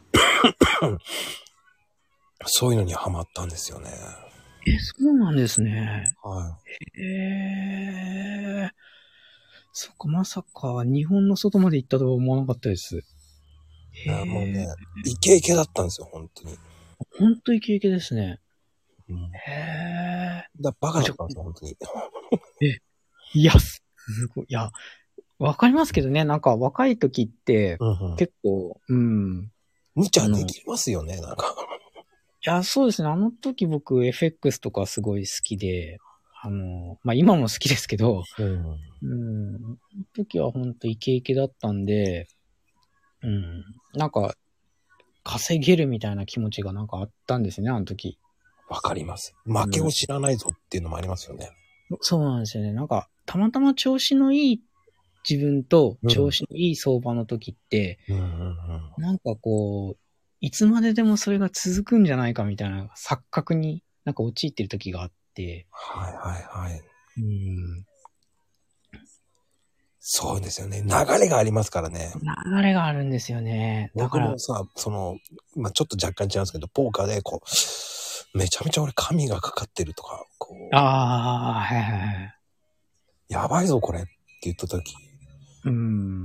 そういうのにハマったんですよね。 え、そうなんですね。 はい。 へえ。そっか、まさか日本の外まで行ったとは思わなかったです。 いや、もうへえ。 ね、イケイケだったんですよ、本当に。 ほんとイケイケですね。 うん、 へえ。 だバカだったんですよ、本当に。 え、いや、すごい。いや、わかりますけどね、なんか若い時って、 うんうん、 結構、うん。 無茶できますよね、なんか。 いや、そうですね。あの時僕 エフエックス とかすごい好きで、あの、まあ、今も好きですけど、 うん。 うん。あの時はほんとイケイケだったんで、うん。なんか、稼げるみたいな気持ちがなんかあったんですね、あの時。 わかります。負けを知らないぞっていうのもありますよね。 うん、そうなんですよね。なんか、たまたま調子のいい自分と調子のいい相場の時って、 うんうんうんうん、 なんかこう、いつまででもそれが続くんじゃないかみたいな錯覚になんか陥ってる時があって、 はいはいはい。 うん、 そうですよね。流れがありますからね。 流れがあるんですよね。だから。 僕もさ、その、まあ、ちょっと若干違うんですけど、ポーカーでこう、めちゃめちゃ俺神がかかってるとか、こう、 ああ、はいはいはい。 やばいぞこれって言った時。 うん。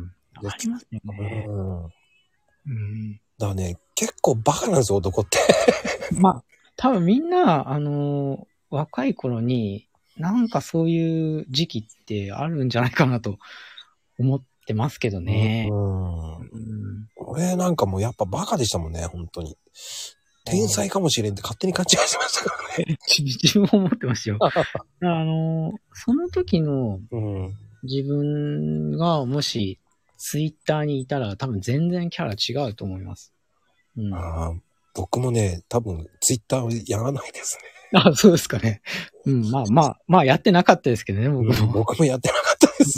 ありますよね。 うん。 うん。 だからね、結構バカなんですよ、男って。 まあ、多分みんな、あのー、若い頃に、なんかそういう時期ってあるんじゃないかなと思ってますけどね。 うん。 うん、 俺なんかもうやっぱバカでしたもんね、本当に。天才かもしれんって勝手に勘違いしてましたからね。 自分も思ってましたよ。あのー、その時の自分がもしツイッターにいたら多分全然キャラ違うと思います。うん、 あ僕もね、多分ツイッターをやらないですね。 あ、そうですかね。うん、まあまあ、まあやってなかったですけどね、僕も。 うん、僕もやってなかったです。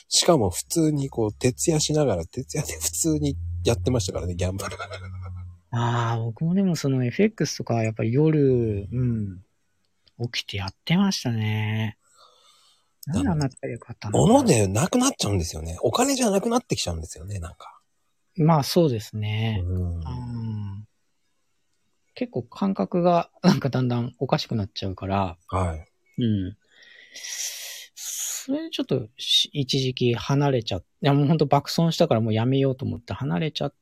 しかも普通にこう、徹夜しながら、徹夜で普通にやってましたからね、ギャンブル。 ああ、僕もでもその エフエックス とかやっぱり夜、うん、起きてやってましたね。なんであんな体力あったんだろうな。 物でなくなっちゃうんですよね。お金じゃなくなってきちゃうんですよね、なんか。 まあそうですね。 うん。 うん結構感覚がなんかだんだんおかしくなっちゃうから、 はい。 うん。それでちょっとし一時期離れちゃって、いやもうほんと爆損したからもうやめようと思って離れちゃって、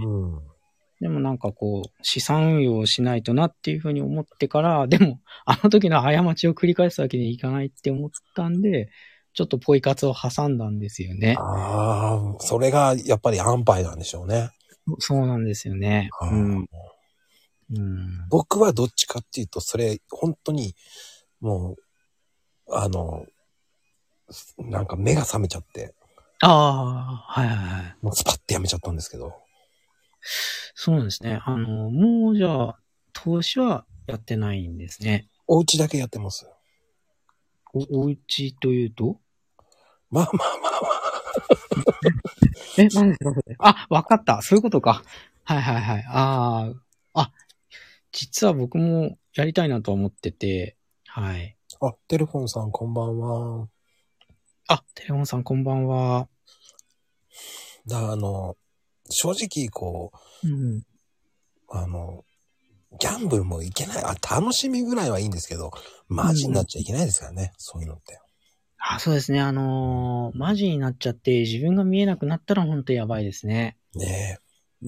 うん。 でもなんかこう資産運用をしないとなっていうふうに思ってから、でもあの時の過ちを繰り返すわけにいかないって思ったんで、ちょっとポイ活を挟んだんですよね。 ああ、それがやっぱり安牌なんでしょうね。 そうなんですよね。うはあ、 ん。うん、 僕はどっちかっていうと、それ、本当に、もう、あの、なんか目が覚めちゃって、 ああ、はいはいはい。 もうスパッてやめちゃったんですけど。 そうなんですね。あの、もうじゃあ、投資はやってないんですね。 お家だけやってます。 お、お家というとまあまあまあまえ、何ですかそれ。あ、わかった。そういうことか。はいはいはい。ああ、あ、実は僕もやりたいなと思ってて、はい。 あ。あ、テレフォンさんこんばんは。 あ、テレフォンさんこんばんは。 だあの、正直こうん。 う、あの、ギャンブルもいけない。あ、楽しみぐらいはいいんですけど、マジにうん。 なっちゃいけないですからね。そういうのって。 あ、そうですね。あのーマジになっちゃって自分が見えなくなったら本当やばいですね。 ねえ。 うん。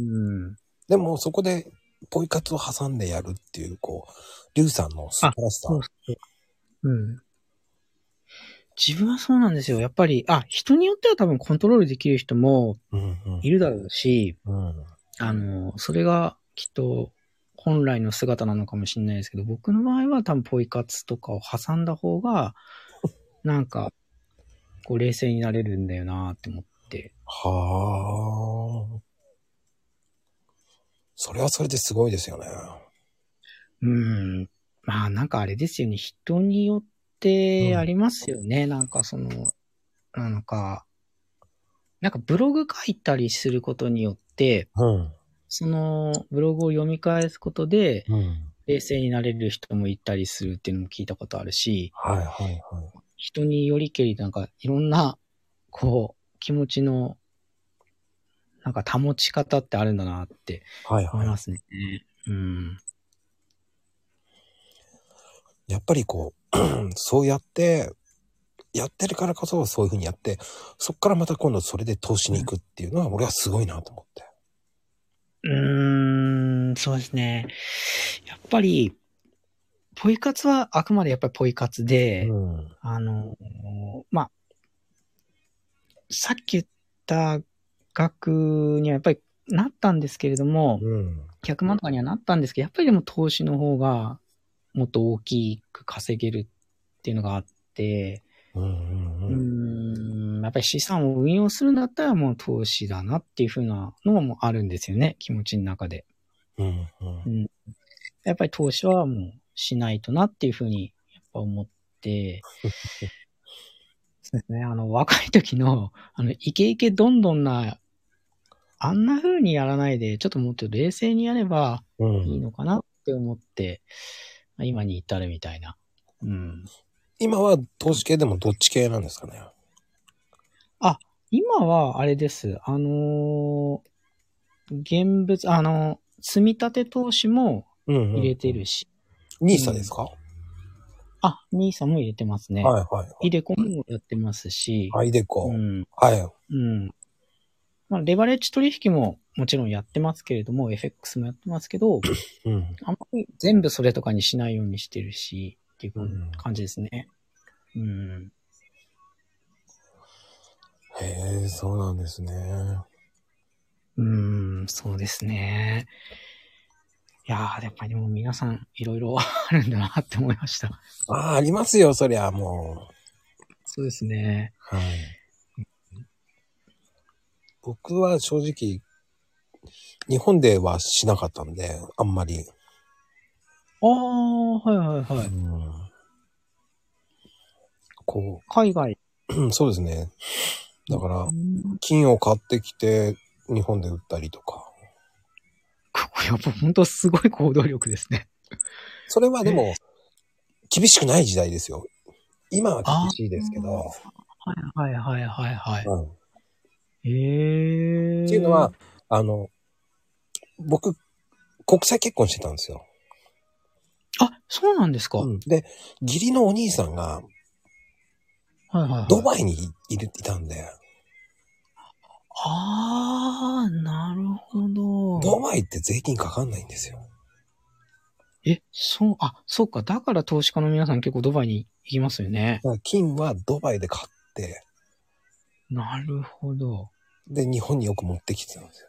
でもそこでポイ活を挟んでやるっていう、こう、リュウさんの素あ、 晴らしさ。 そうそう。うん。自分はそうなんですよ。やっぱり、あ、人によっては多分コントロールできる人もうんいるだろうし、 うん。うん。 あの、それがきっと本来の姿なのかもしれないですけど、僕の場合は多分ポイ活とかを挟んだ方が、なんか、こう冷静になれるんだよなって思って。 はあ。それはそれですごいですよね。 うん。まあなんかあれですよね。人によってあうん。 りますよね。なんかその、なんか、なんかブログ書いたりすることによって、 うん。 そのブログを読み返すことで、 うん。 冷静になれる人もいたりするっていうのも聞いたことあるし、 はいはいはい。 人によりけりなんかいろんな、こう、気持ちの、なんか保ち方ってあるんだなってはいはい。 思いますね。うん。 やっぱりこう、そうやって、やってるからこそそういう風にやって、そっからまた今度それで投資に行くっていうのは俺はすごいなと思って。 うーん、そうですね。やっぱり、ポイ活はあくまでやっぱりポイ活で、 うん。 あの、まあ、さっき言った額にはやっぱりなったんですけれども、 うん。 ひゃくまんとかにはなったんですけど、やっぱりでも投資の方がもっと大きく稼げるっていうのがあって、 うんうんううん。 ーん、やっぱり資産を運用するんだったらもう投資だなっていう風なのもあるんですよね、気持ちの中で。 うんうん。 うん。やっぱり投資はもうしないとなっていう風にやっぱ思って、そうですね、あの若い時の、あのイケイケどんどんな、あんな風にやらないで、ちょっともっと冷静にやればいいうん。 のかなって思って、まあ今に至るみたいな。うん。 今は投資系でもどっち系なんですかね。 あ、今はあれです。あのー現物、あの、積み立て投資もうんうん入れうん。 てるし、 ニーサですうん。 か？ あ、ニーサも入れてますね。 はいはいはい。 イデコもやってますし、 アイデコ。 うん、 はい。 うん。まあ、レバレッジ取引ももちろんやってますけれども、エフエックス もやってますけど、 うん。 あんまり全部それとかにしないようにしてるし、っていううん。 感じですね。うん。 へえ、そうなんですね。 うん、そうですね。いやー、やっぱりでも皆さんいろいろあるんだなって思いました。 ああ、ありますよ、そりゃもそうですね。 う。はい。僕は正直、日本ではしなかったんで、あんまり。 ああ、はいはいはい。 うん、こう。 海外。 そうですね。だから、 うん、 金を買ってきて、日本で売ったりとか。 やっぱ本当すごい行動力ですね。 それはでえー、 も、厳しくない時代ですよ。今は厳あしいですけど。 あ、はいはいはいはいはい。 うん。っええー。 ていうのは、あの、僕、国際結婚してたんですよ。 あ、そうなんですか。はうん。で、義理のお兄さんが、 いはいはい。 ドバイにいる、いたんで、 ああ、なるほど。 ドバイって税金かかんないんですよ。 え、そう、あ、そうか。だから投資家の皆さん結構ドバイに行きますよね。 だから金はドバイで買って、 なるほど。 で、日本によく持ってきてたんですよ。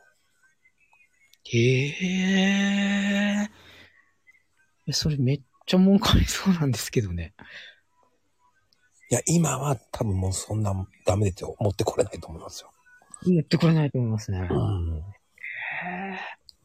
へえ。え、それめっちゃ儲かりそうなんですけどね。 いや、今は多分もうそんなダメですよ。持ってこれないと思いますよ。 持ってこれないと思いますね。 うん。 へ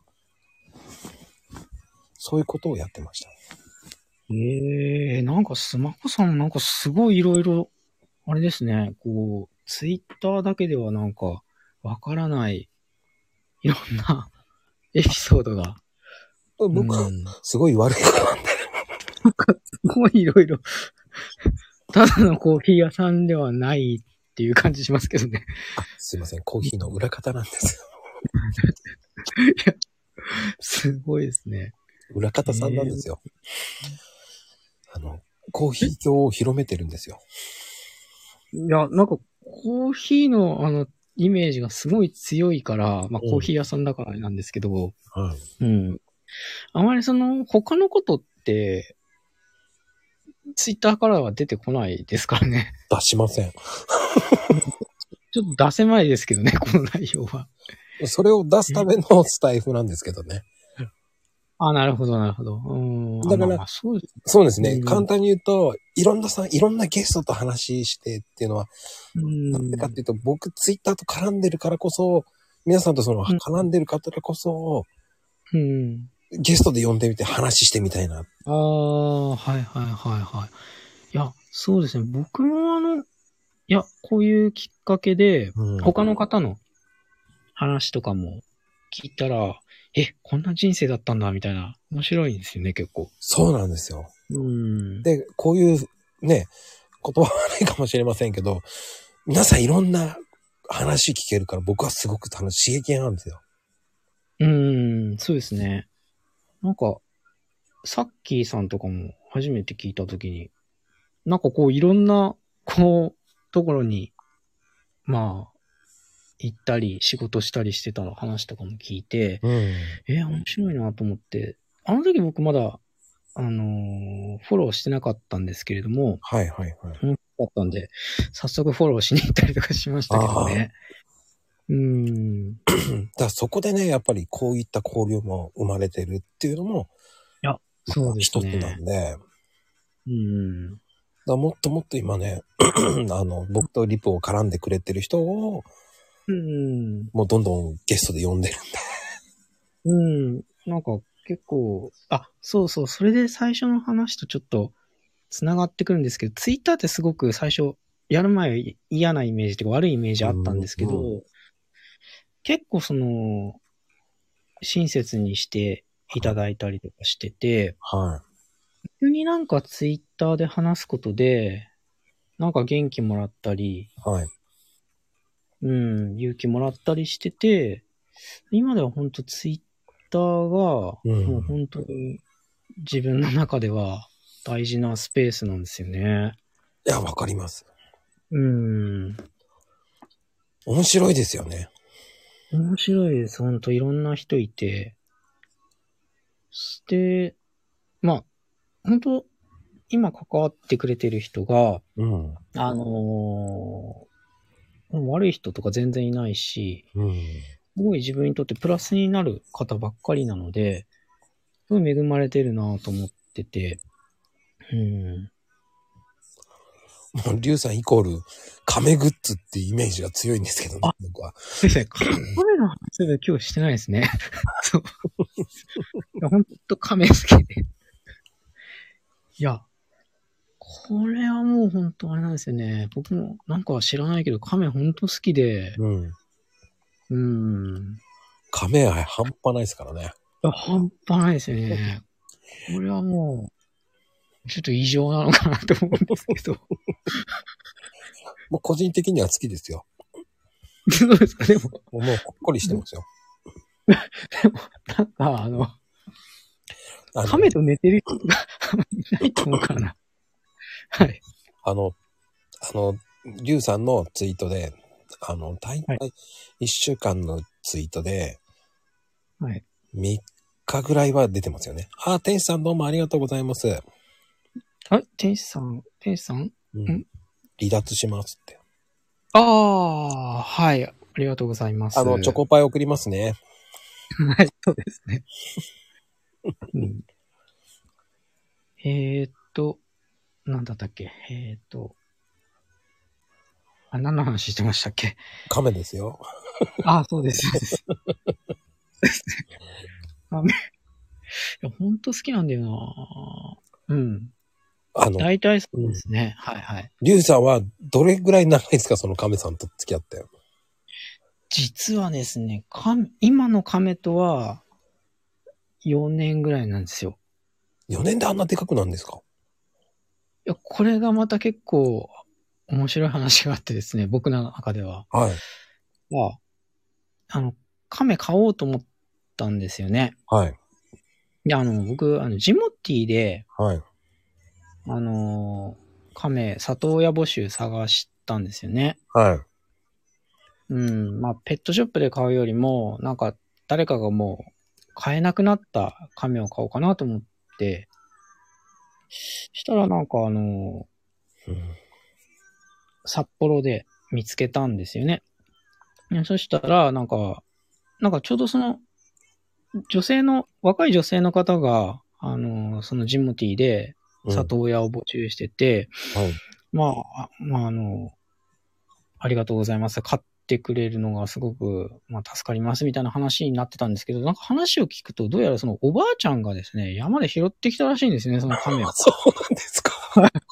そういうことをやってました。 え。ええ、なんかスマホさんなんかすごいいろいろ、あれですね。こう、ツイッターだけではなんかわからないいろんなエピソードが。う僕はん。 すごい悪い子なんで。 すごいいろいろ。ただのコーヒー屋さんではないっていう感じしますけどね。 あ、すいません。コーヒーの裏方なんですよ。 いや、すごいですね。 裏方さんなんえですよ。あの、コーヒー教を広めてるんですよ。 ー、いや、なんかコーヒーのあの、イメージがすごい強いから、まあコーうん。 ヒー屋さんだからなんですけど、 はい。 うん。あまりその、他のことって、ツイッターからは出てこないですからね。 出しません。 ちょっと出せないですけどね、この内容は。 それを出すたえ、 めのスタイフなんですけどね。 あ、なるほど、なるほど。うん。あ、 だから、 まあまあ、そうです。 そうですね。 うん。 簡単に言うと、いろんなさん、いろんなゲストと話してっていうのは、 うなんでかっん。 ていうと、僕、ツイッターと絡んでるからこそ、皆さんとその、 うん。 絡んでる方からこそ、 うん。 ゲストで呼んでみて話してみたいな。 ああ、はいはいはいはい。いや、そうですね。僕もあの、いや、こういうきっかけで、 うん。 他の方の話とかも聞いたら、え、こんな人生だったんだ、みたいな。面白いんですよね、結構。 そうなんですよ。 うん。 で、こういうね、言葉は悪いかもしれませんけど、皆さんいろんな話聞けるから僕はすごく楽しい刺激なんですよ。 うん、そうですね。なんか、さっきーさんとかも初めて聞いたときに、なんかこういろんな、こう、ところに、まあ、行ったり、仕事したりしてたの話とかも聞いて、 うん。 えー、面白いなと思って、あの時僕まだ、あのーフォローしてなかったんですけれども、 はいはいはい。 面白かったんで、早速フォローしに行ったりとかしましたけどああ。 ね。うーん。いだからそこでね、やっぱりこういった交流も生まれてるっていうのも、 や、 またそうです一つなね。 んで、だかうーん。 らもっともっと今ね、あの、僕とリプを絡んでくれてる人を、 うーん。 もうどんどんゲストで呼んでるんで。 うん。なんか結構、あ、そうそう、それで最初の話とちょっと繋がってくるんですけど、ツイッターってすごく最初、やる前は嫌なイメージというか悪いイメージあったんですけど、 うんうん、 結構その、親切にしていただいたりとかしてて、 は逆になんかツイッターで話すことで、なんか元気もらったり、 い。はい。 うん、勇気もらったりしてて、今では本当ツイッターが、 うん。 もう本当に自分の中では大事なスペースなんですよね。 いや、わかります。 うん。 面白いですよね。 面白いです。本当いろんな人いて。で、まあ、本当今関わってくれてる人が、 うん。 あのー悪い人とか全然いないし、 うん。 すごい自分にとってプラスになる方ばっかりなので、すごい恵まれてるなと思ってて、うん。 もう、リュウさんイコール、亀グッズっていうイメージが強いんですけどね、 あ、 僕は。 先生、カメの話は今日してないですね。そう。いやほんと亀好きで。 いや、これはもう本当あれなんですよね。僕もなんか知らないけど、亀本当好きで。 うん。 うん。 亀愛半端ないですからね。 半端ないですよね。これはもう、ちょっと異常なのかなと思うんですけど。 もう個人的には好きですよ。 そうですか、でも。 もうほっこりしてますよ。 でも、なんかあの、あの亀と寝てる人がいないと思うからな。はい。 あの、あの、リュウさんのツイートで、あの、大体いっしゅうかんのツイートで、 はい。 みっかぐらいは出てますよね。あ、天使さんどうもありがとうございます。 あ、天使さん、天使さん、 うん、離脱しますって。 ああ、はい。ありがとうございます。 あの、チョコパイ送りますね。 はい、そうですね。うん、えーっと、なんだったっけえーっと、あ、何の話してましたっけ？ 亀ですよ。 あ、そうです。そうです。亀。いや、ほんと好きなんだよな。うん。 あの、 大体そうですね。うん、はいはい。 リュウさんはどれぐらい長いですか、その亀さんと付き合って。 実はですね、今の亀とはよねんぐらいなんですよ。 よねんであんなでかくなんですか？ いや、これがまた結構面白い話があってですね、僕の中では。 はい。 は、あの、亀買おうと思ったんですよね。 はい。 で、あの、僕、あの、ジモティーで、 はい。 あの、亀、里親募集探したんですよね。 はい。 うん。まあ、ペットショップで買うよりも、なんか、誰かがもう、買えなくなった亀を買おうかなと思って、したらなんかあの、 うん、 札幌で見つけたんですよね。そしたら、なんか、なんかちょうどその、女性の、若い女性の方が、あの、そのジモティーで里親を募集してて、 うんはい、 まあ、まあ、あの、ありがとうございます。買ってくれるのがすごく、まあ、助かりますみたいな話になってたんですけど、なんか話を聞くと、どうやらそのおばあちゃんがですね、山で拾ってきたらしいんですね、その亀を。 そうなんですか。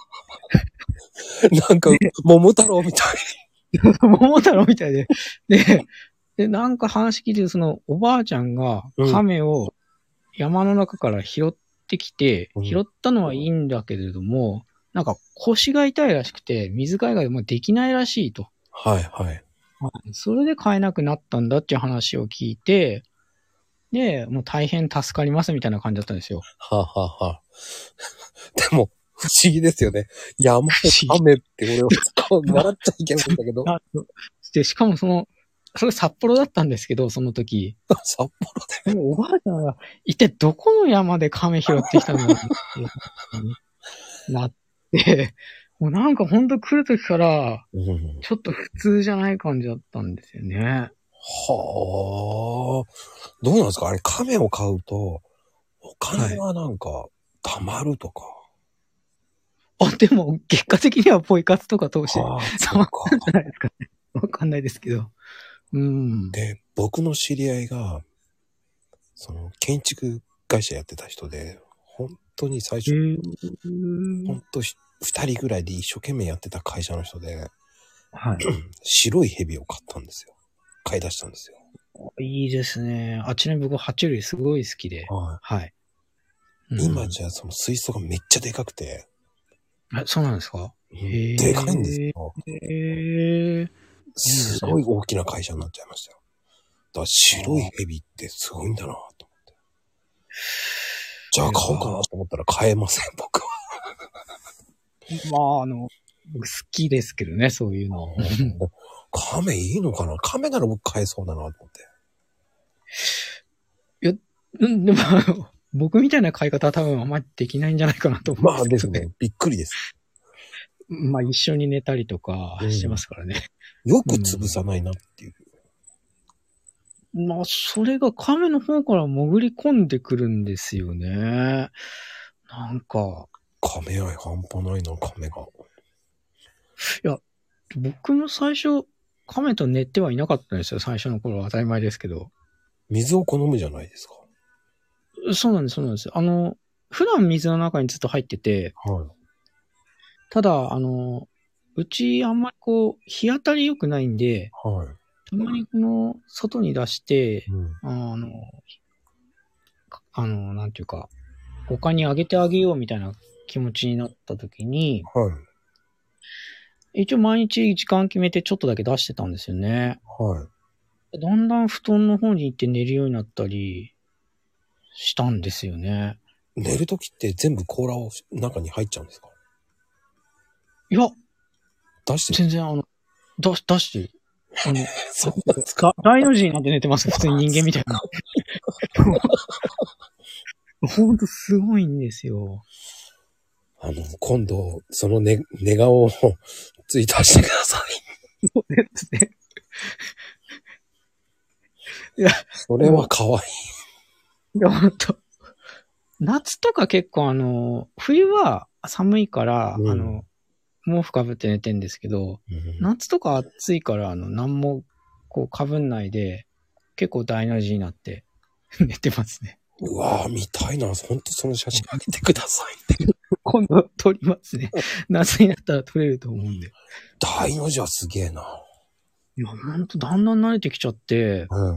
なんか、桃太郎みたい。 桃太郎みたいで。で、で、なんか話聞いてるそのおばあちゃんが亀を山の中から拾ってきて、うん、拾ったのはいいんだけれども、なんか腰が痛いらしくて、水替えがもうできないらしいと。 はいはい。 それで買えなくなったんだっていう話を聞いて、で、もう大変助かりますみたいな感じだったんですよ。 はあ、はあはあ、でも、不思議ですよね。山で亀って俺は笑っちゃいけないんだけど。 で、しかもその、それ札幌だったんですけど、その時。 札幌で。 でもおばあちゃんが、一体どこの山で亀拾ってきたんだろうってなって、もうなんかほんと来る時から、ちょっと普通じゃない感じだったんですよね。うん、はあ。 どうなんですかあれ、亀を買うと、お金はなんか、貯まるとか。 はい、あ、でも、結果的にはポイ活とか通して、 たまるんじゃないですかね。わかんないですけど。うん。 で、僕の知り合いが、その、建築会社やってた人で、本当に最初、本当二人ぐらいで一生懸命やってた会社の人で、はい、白い蛇を買ったんですよ。買い出したんですよ。 いいですね。あ、ちなみに僕、爬虫類すごい好きで。はい。はいうん、今じゃその水槽がめっちゃでかくて。 え、そうなんですか？ へでかいんですよ。へー。すごい大きな会社になっちゃいましたよ。だから白い蛇ってすごいんだなと思って。じゃあ買おうかなと思ったら買えません、僕は。 まあ、あの、好きですけどね、そういうの。 亀いいのかな？亀なら僕買えそうだなと思って。 いや、でも、僕みたいな買い方は多分あんまりできないんじゃないかなと思うんですけどね。まあですね。 びっくりです。 まあ一緒に寝たりとかしてますからね。 うん、よく潰さないなっていう。 うん、まあ、それが亀の方から潜り込んでくるんですよね。なんか。 亀愛半端ないな、亀が。 いや、僕も最初、亀と寝てはいなかったんですよ。最初の頃は当たり前ですけど。 水を好むじゃないですか。 そうなんです、そうなんです。あの、 普段水の中にずっと入ってて、 はい。 ただ、あの、うちあんまりこう、日当たり良くないんで、 はい。 たまにこの、外に出して、 うん。 あの、あの、なんていうか、他にあげてあげようみたいな気持ちになった時に、 はい。 一応毎日時間決めてちょっとだけ出してたんですよね。 はい。 だんだん布団の方に行って寝るようになったりしたんですよね。 寝るときって全部甲羅を中に入っちゃうんですか？ いや、 出してる。 全然あの、出し、出してる。あの、 そうなんですか。 大の字になって寝てます。普通に人間みたいな。ほんとすごいんですよ。 あの、今度、その寝、寝顔をツイートしてください。 そうですね。いや、 それは可愛い。 いや、ほんと。夏とか結構あの、冬は寒いから、うん、あの、毛布かぶって寝てんですけど、うん、夏とか暑いから、あの、何もこうかぶんないで、結構大の字になって寝てますね。 うわぁ、見たいな。ほんとその写真あげてくださいって。 今度撮りますね。夏になったら撮れると思うんで。 大の字はすげえな。 いや、ほんとだんだん慣れてきちゃって、うん、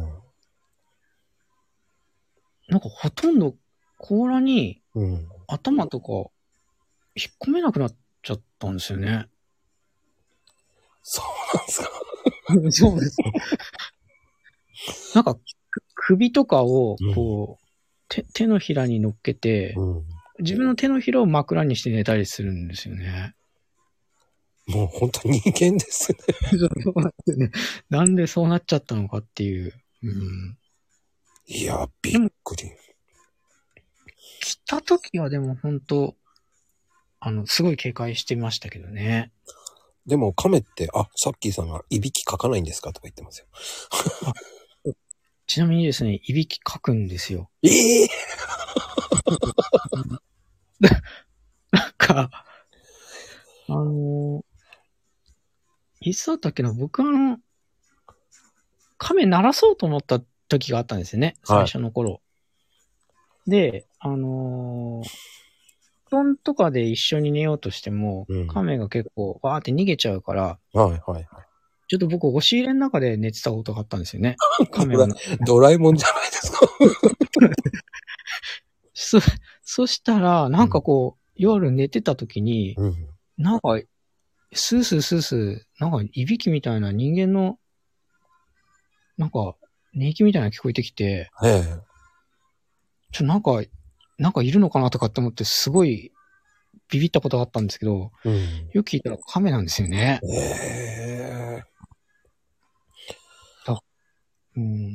なんかほとんど甲羅に頭とか引っ込めなくなっちゃったんですよね。 そうなんですか。 そうです。なんか首とかをこう、うん、手、手のひらに乗っけて、うん、自分の手のひらを枕にして寝たりするんですよね。 もう本当に人間ですね。 そうなんですね。なんでそうなっちゃったのかっていう。うん、 いや、びっくり。 来た時はでも本当、あの、すごい警戒してましたけどね。 でも亀って、あ、さっきさんがいびきかかないんですかとか言ってますよ。 ちなみにですね、いびきかくんですよ。 ええー、なんか、あの、いつだったっけな、僕あの、亀鳴らそうと思った時があったんですよね、最初の頃。はい、で、あのー、布団とかで一緒に寝ようとしても、うん、亀が結構わーって逃げちゃうから、はいはいはい。ちょっと僕、押し入れの中で寝てたことがあったんですよね。亀は。ドラえもんじゃないですか。 そ、そしたら、なんかこう、うん、夜寝てた時に、うん、なんか、スースースースー、なんか、いびきみたいな人間の、なんか、寝息みたいなの聞こえてきて、ええ、ちょ、なんか、なんかいるのかなとかって思って、すごい、ビビったことがあったんですけど、うん、よく聞いたら亀なんですよね。ええー。うん。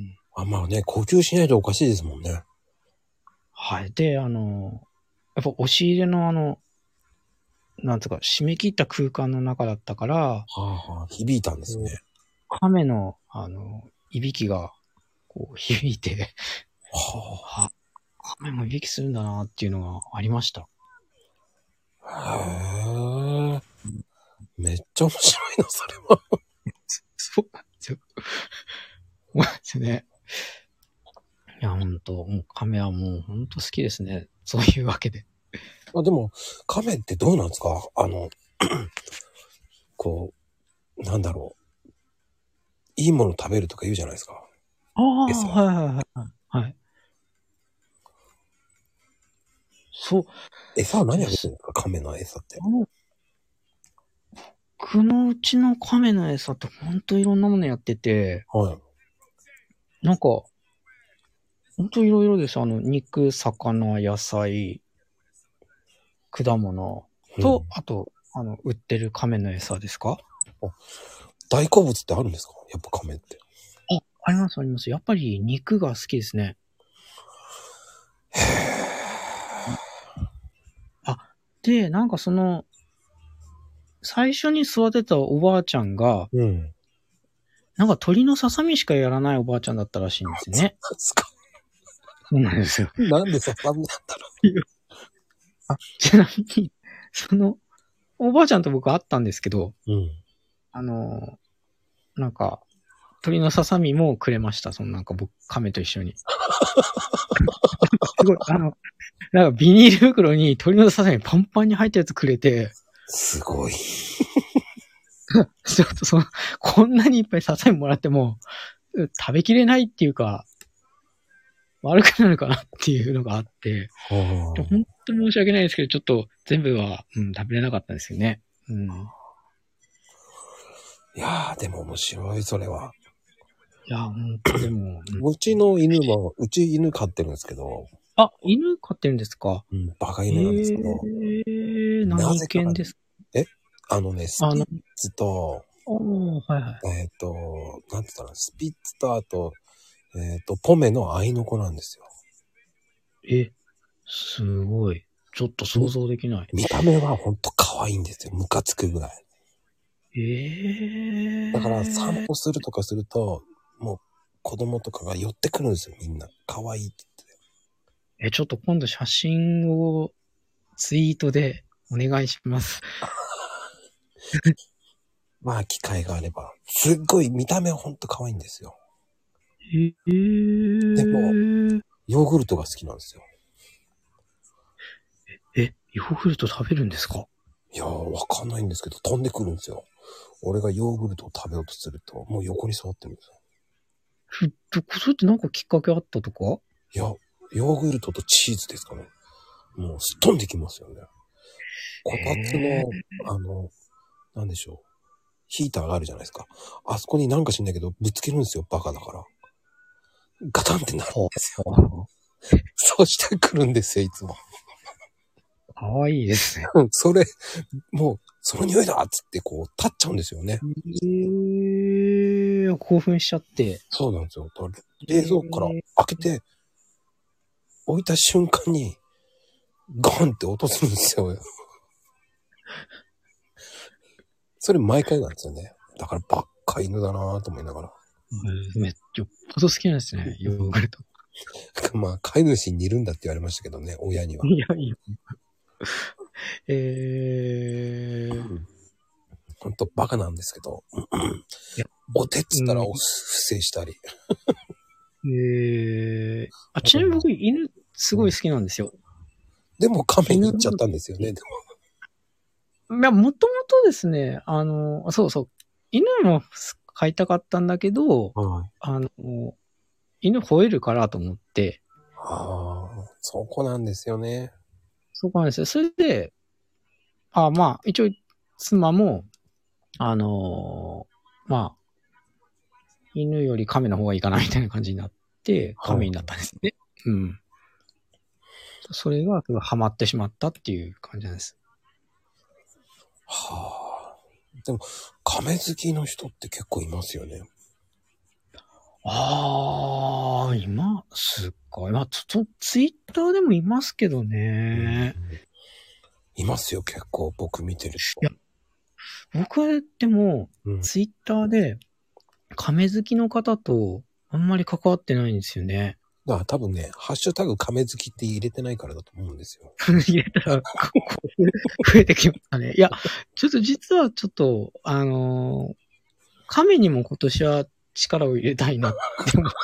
あ、まあね、呼吸しないとおかしいですもんね。 はい。で、あの、やっぱ押し入れのあの、なんつうか、締め切った空間の中だったから、はあはあ、響いたんですね。 亀の、あの、いびきが、こう、響いて、はあ、亀もいびきするんだなっていうのがありました。 へー。めっちゃ面白いな、それは。 そうなんですよ。そうなんですよね。いや、ほんと、もう亀はもうほんと好きですね。そういうわけで。 あ、でも、亀ってどうなんですか？あの、こう、なんだろう。いいもの食べるとか言うじゃないですか。 ああ、はいはいはい。はい。そう。 餌は何あげてるんですか？亀の餌って。 僕のうちの亀の餌ってほんといろんなものやってて、はい。なんか、ほんといろいろです。あの、肉、魚、野菜、果物と、うん、あと、あの、売ってる亀の餌ですか？ あ、大好物ってあるんですか？やっぱ亀って。 あ、ありますあります。やっぱり肉が好きですね。へー。あ、で、なんかその、最初に育てたおばあちゃんが、うん、なんか鶏のささみしかやらないおばあちゃんだったらしいんですよね。そうなんですよ。 なんでささみなんだろう。 あ、ちなみに、その、おばあちゃんと僕会ったんですけど、うん、あの、なんか、 鳥のささみもくれました。そのなんか僕、亀と一緒に。すごい、あの、なんかビニール袋に鳥のささみパンパンに入ったやつくれて。 すごい。 ちょっとその、こんなにいっぱいささみもらっても、食べきれないっていうか、悪くなるかなっていうのがあって、本当申し訳ないですけど、ちょっと全部は、うん、食べれなかったんですよね。うん。 いやー、でも面白い、それは。 いや、本当でも、 うん。うちの犬も、うち犬飼ってるんですけど。 あ、犬飼ってるんですか？ うん、バカ犬なんですけど。 えー、何犬ですか？ えあのね、スピッツと、 おー、はいはい。 えっと、なんて言ったら、スピッツとあと、えっと、ポメの愛の子なんですよ。 え、すごい。ちょっと想像できない。 見た目はほんと可愛いんですよ。ムカつくぐらい。 えー。 だから散歩するとかすると、もう子供とかが寄ってくるんですよ、みんな。可愛いって言って。 え、ちょっと今度写真をツイートでお願いします。 まあ、機会があれば。すっごい見た目はほんと可愛いんですよ。 えー。 でも、ヨーグルトが好きなんですよ。 え、ヨーグルト食べるんですか？ いやー、わかんないんですけど、飛んでくるんですよ。俺がヨーグルトを食べようとすると、もう横に座ってるんですよ。 ふっと、それってなんかきっかけあったとか？ いや、ヨーグルトとチーズですかね。もうすっ飛んできますよね。こたつの、あの、なんでしょう。ヒーターがあるじゃないですか。あそこになんか知んないけど、ぶつけるんですよ、バカだから。ガタンってなるんですよ。そうしてくるんですよ、いつも。 かわいいですね。 うん、それ、もう、その匂いだっつってこう、立っちゃうんですよね。 えー、興奮しちゃって。 そうなんですよ。冷蔵庫から開けて、置いた瞬間に、ゴンって音するんですよ。それ毎回なんですよね。だからばっか犬だなぁと思いながら。 うん、めっちゃよっぽど好きなんですね、ヨーグルト。 まあ、飼い主に似るんだって言われましたけどね、親には。 いやいや。えー。 ほんとバカなんですけど。お手っつったらお不正したり。 えー。あ、ちなみに僕、犬すごい好きなんですよ。 でも亀に行っちゃったんですよね、でも。いや、もともとですね、あの、そうそう、犬も飼いたかったんだけど、はい、あの、犬吠えるからと思って。 ああ、そこなんですよね。 そこなんですよ。それで、あまあ、一応、妻も、あのー、まあ、犬より亀の方がいいかなみたいな感じになって、亀になったんですね。はい、うん。それが、ハマってしまったっていう感じなんです。 はあ。でも、亀好きの人って結構いますよね。 ああ、いますか。まあ、ちょっと、ツイッターでもいますけどね。 うん、いますよ、結構、僕見てる人。 いや、僕はでも、うん、ツイッターで、亀好きの方と、あんまり関わってないんですよね。 だから多分ね、ハッシュタグ亀好きって入れてないからだと思うんですよ。 入れたら、増えてきましたね。いや、ちょっと実はちょっと、あのー、亀にも今年は力を入れたいなって思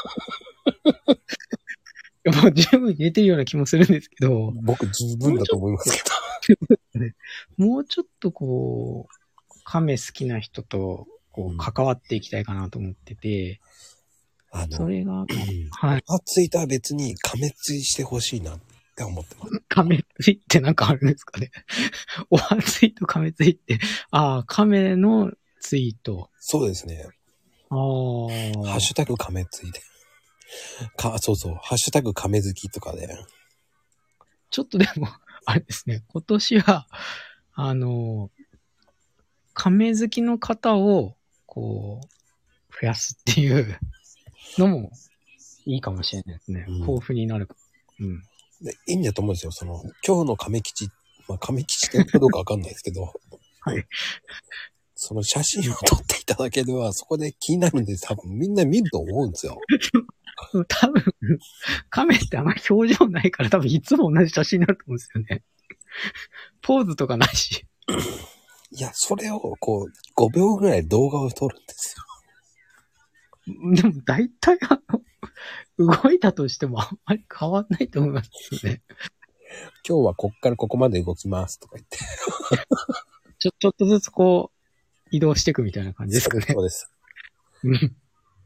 う。もう十分入れてるような気もするんですけど。 僕十分だと思いますけど。もうちょっとこう、亀好きな人とこう関わっていきたいかなと思ってて。うん、あの、それが、うん、 はい。おはついたら別に亀ついしてほしいなって思ってます。 亀ついってなんかあるんですかね。おはついと亀ついって、ああ、亀のツイート。 そうですね。 ああ。 ハッシュタグ亀ついて。か、そうそう。ハッシュタグ亀好きとかで。 ちょっとでも、あれですね。今年は、あの、亀好きの方を、こう、増やすっていうのもいいかもしれないですね。うん、豊富になる。うん。 で、いいんだと思うんですよ。その、今日の亀吉、まあ亀吉ってかどうかわかんないですけど。 はい。 その写真を撮っていただけでは、そこで気になるんで、多分みんな見ると思うんですよ。 多分、亀ってあんまり表情ないから多分いつも同じ写真になると思うんですよね。ポーズとかないし。 いや、それをこう、ごびょうぐらい動画を撮るんですよ。 でも大体あの、動いたとしてもあんまり変わんないと思いますね。 今日はこっからここまで動きますとか言って。 ちょ、ちょっとずつこう、移動していくみたいな感じですかね。 そうです。 うん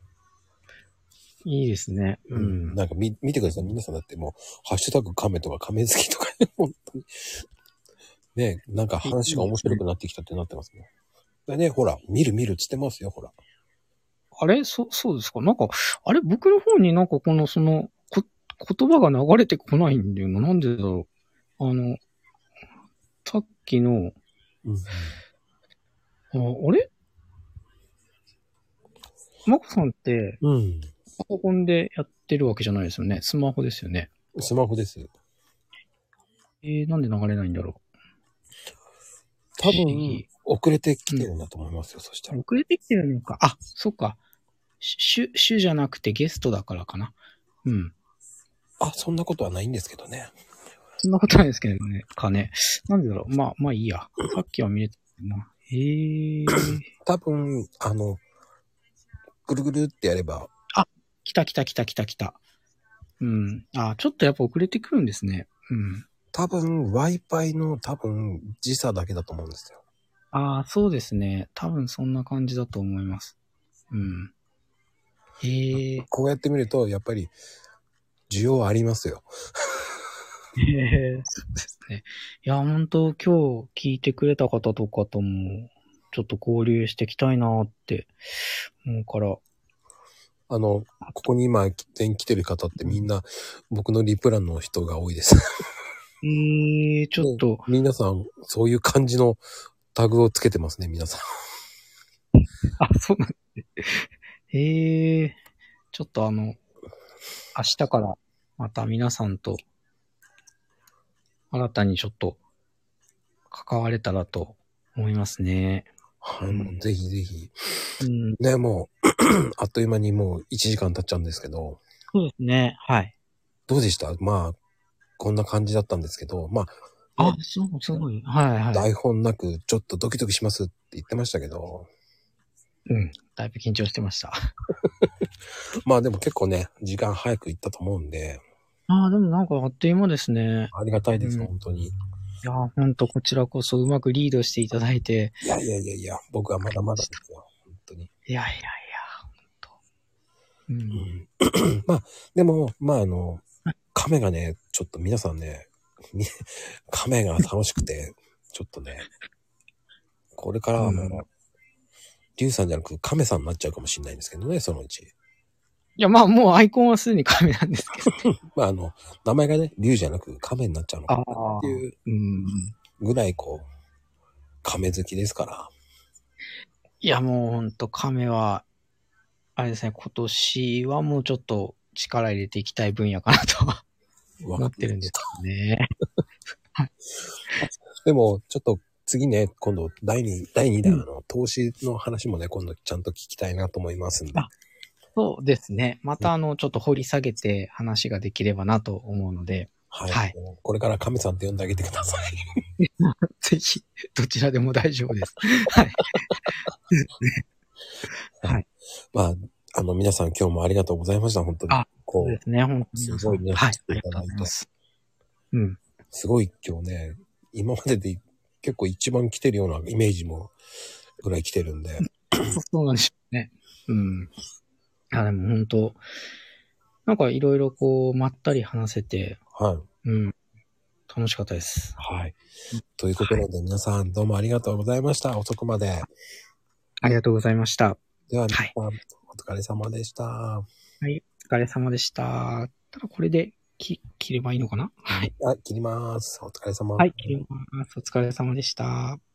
いいですね。 うん。なんか見、見てください。皆さんだってもう、ハッシュタグ亀とか亀好きとかね、本当に。ね、なんか話が面白くなってきたってなってますね。でね、ほら、見る見るっつってますよ、ほら。 あれそ、そうですかなんか、あれ僕の方になんかこの、その、こ、言葉が流れてこないんだよな。なんでだろう。あの、さっきの、 うんうん、 あ、あれマコさんって、 うん。 パソコンでやってるわけじゃないですよね。スマホですよね。 スマホです。 えー、なんで流れないんだろう。 多分、遅れてきてるんだと思いますよ、うん、そしたら。 遅れてきてるのか。あ、そっか。主、主じゃなくてゲストだからかな。うん。 あ、そんなことはないんですけどね。 そんなことないですけどね。かね。なんでだろう。まあ、まあいいや。さっきは見れたな。へー。 多分、あの、ぐるぐるってやれば。 あ、来た来た来た来た来た。うん。あ、ちょっとやっぱ遅れてくるんですね。うん。 多分、Wi-Fi の多分、時差だけだと思うんですよ。 ああ、そうですね。多分そんな感じだと思います。うん。へえ。 こうやって見ると、やっぱり、需要ありますよ。 へえ、そうですね。いや、本当今日聞いてくれた方とかとも、ちょっと交流していきたいなって思うから。 あの、ここに今、全員来てる方ってみんな、僕のリプランの人が多いです。 えー、ちょっと。 皆さん、そういう感じのタグをつけてますね、皆さん。 あ、そうなんですね。えー、ちょっとあの、明日からまた皆さんと、新たにちょっと、関われたらと思いますね。 はい、もうぜひぜひ。 うん、 ね、もう、あっという間にもういちじかん経っちゃうんですけど。 そうですね、はい。 どうでした？まあ、こんな感じだったんですけど、まあ、 ね、あ、そう、すごい。はいはい。 台本なく、ちょっとドキドキしますって言ってましたけど。 うん、だいぶ緊張してました。 まあでも結構ね、時間早く行ったと思うんで。 ああ、でもなんかあっという間ですね。 ありがたいです、 うん、 本当に。 いや、ほんとこちらこそうまくリードしていただいて。 いやいやいやいや、僕はまだまだですよ、本当に。 いやいやいや、ほんと。うん。 うん、まあ、でも、まああの、亀がね、ちょっと皆さんね、亀が楽しくて、ちょっとね、これからはもう、リュウさんじゃなく亀さんになっちゃうかもしれないんですけどね、そのうち。 いや、まあもうアイコンはすでに亀なんですけど、ね。 まああの、名前がね、リュウじゃなく亀になっちゃうのかなっていうぐらいこう、亀好きですから。 いや、もうほんと亀は、あれですね、今年はもうちょっと力入れていきたい分野かなとは思ってるんですね。 でも、ちょっと次ね、今度だいに、だいにだんの投資の話もね、今度ちゃんと聞きたいなと思いますんで。 そうですね。またあの、ちょっと掘り下げて話ができればなと思うので。 はい。はい、これから亀さんって呼んであげてください。 ぜひ、どちらでも大丈夫です。はい。はい。 まあ、あの、皆さん今日もありがとうございました、本当に。 あ、こうそうですね、本当に。 すごいね、 はい、 来ていただいて。 うん。すごい今日ね、今までで結構一番来てるようなイメージもぐらい来てるんで。 そうなんでしょうね。うん。あ、でも本当なんかいろいろこう、まったり話せて、 はい。 うん。楽しかったです。 はい。ということなので、皆さんどうもありがとうございました。遅くまで。 ありがとうございました。 では、皆さん、はい、お疲れ様でした。はい、お疲れ様でした。ただこれで切ればいいのかな？はい。 あ、切ります。お疲れ様。 はい、切ります。お疲れ様でした。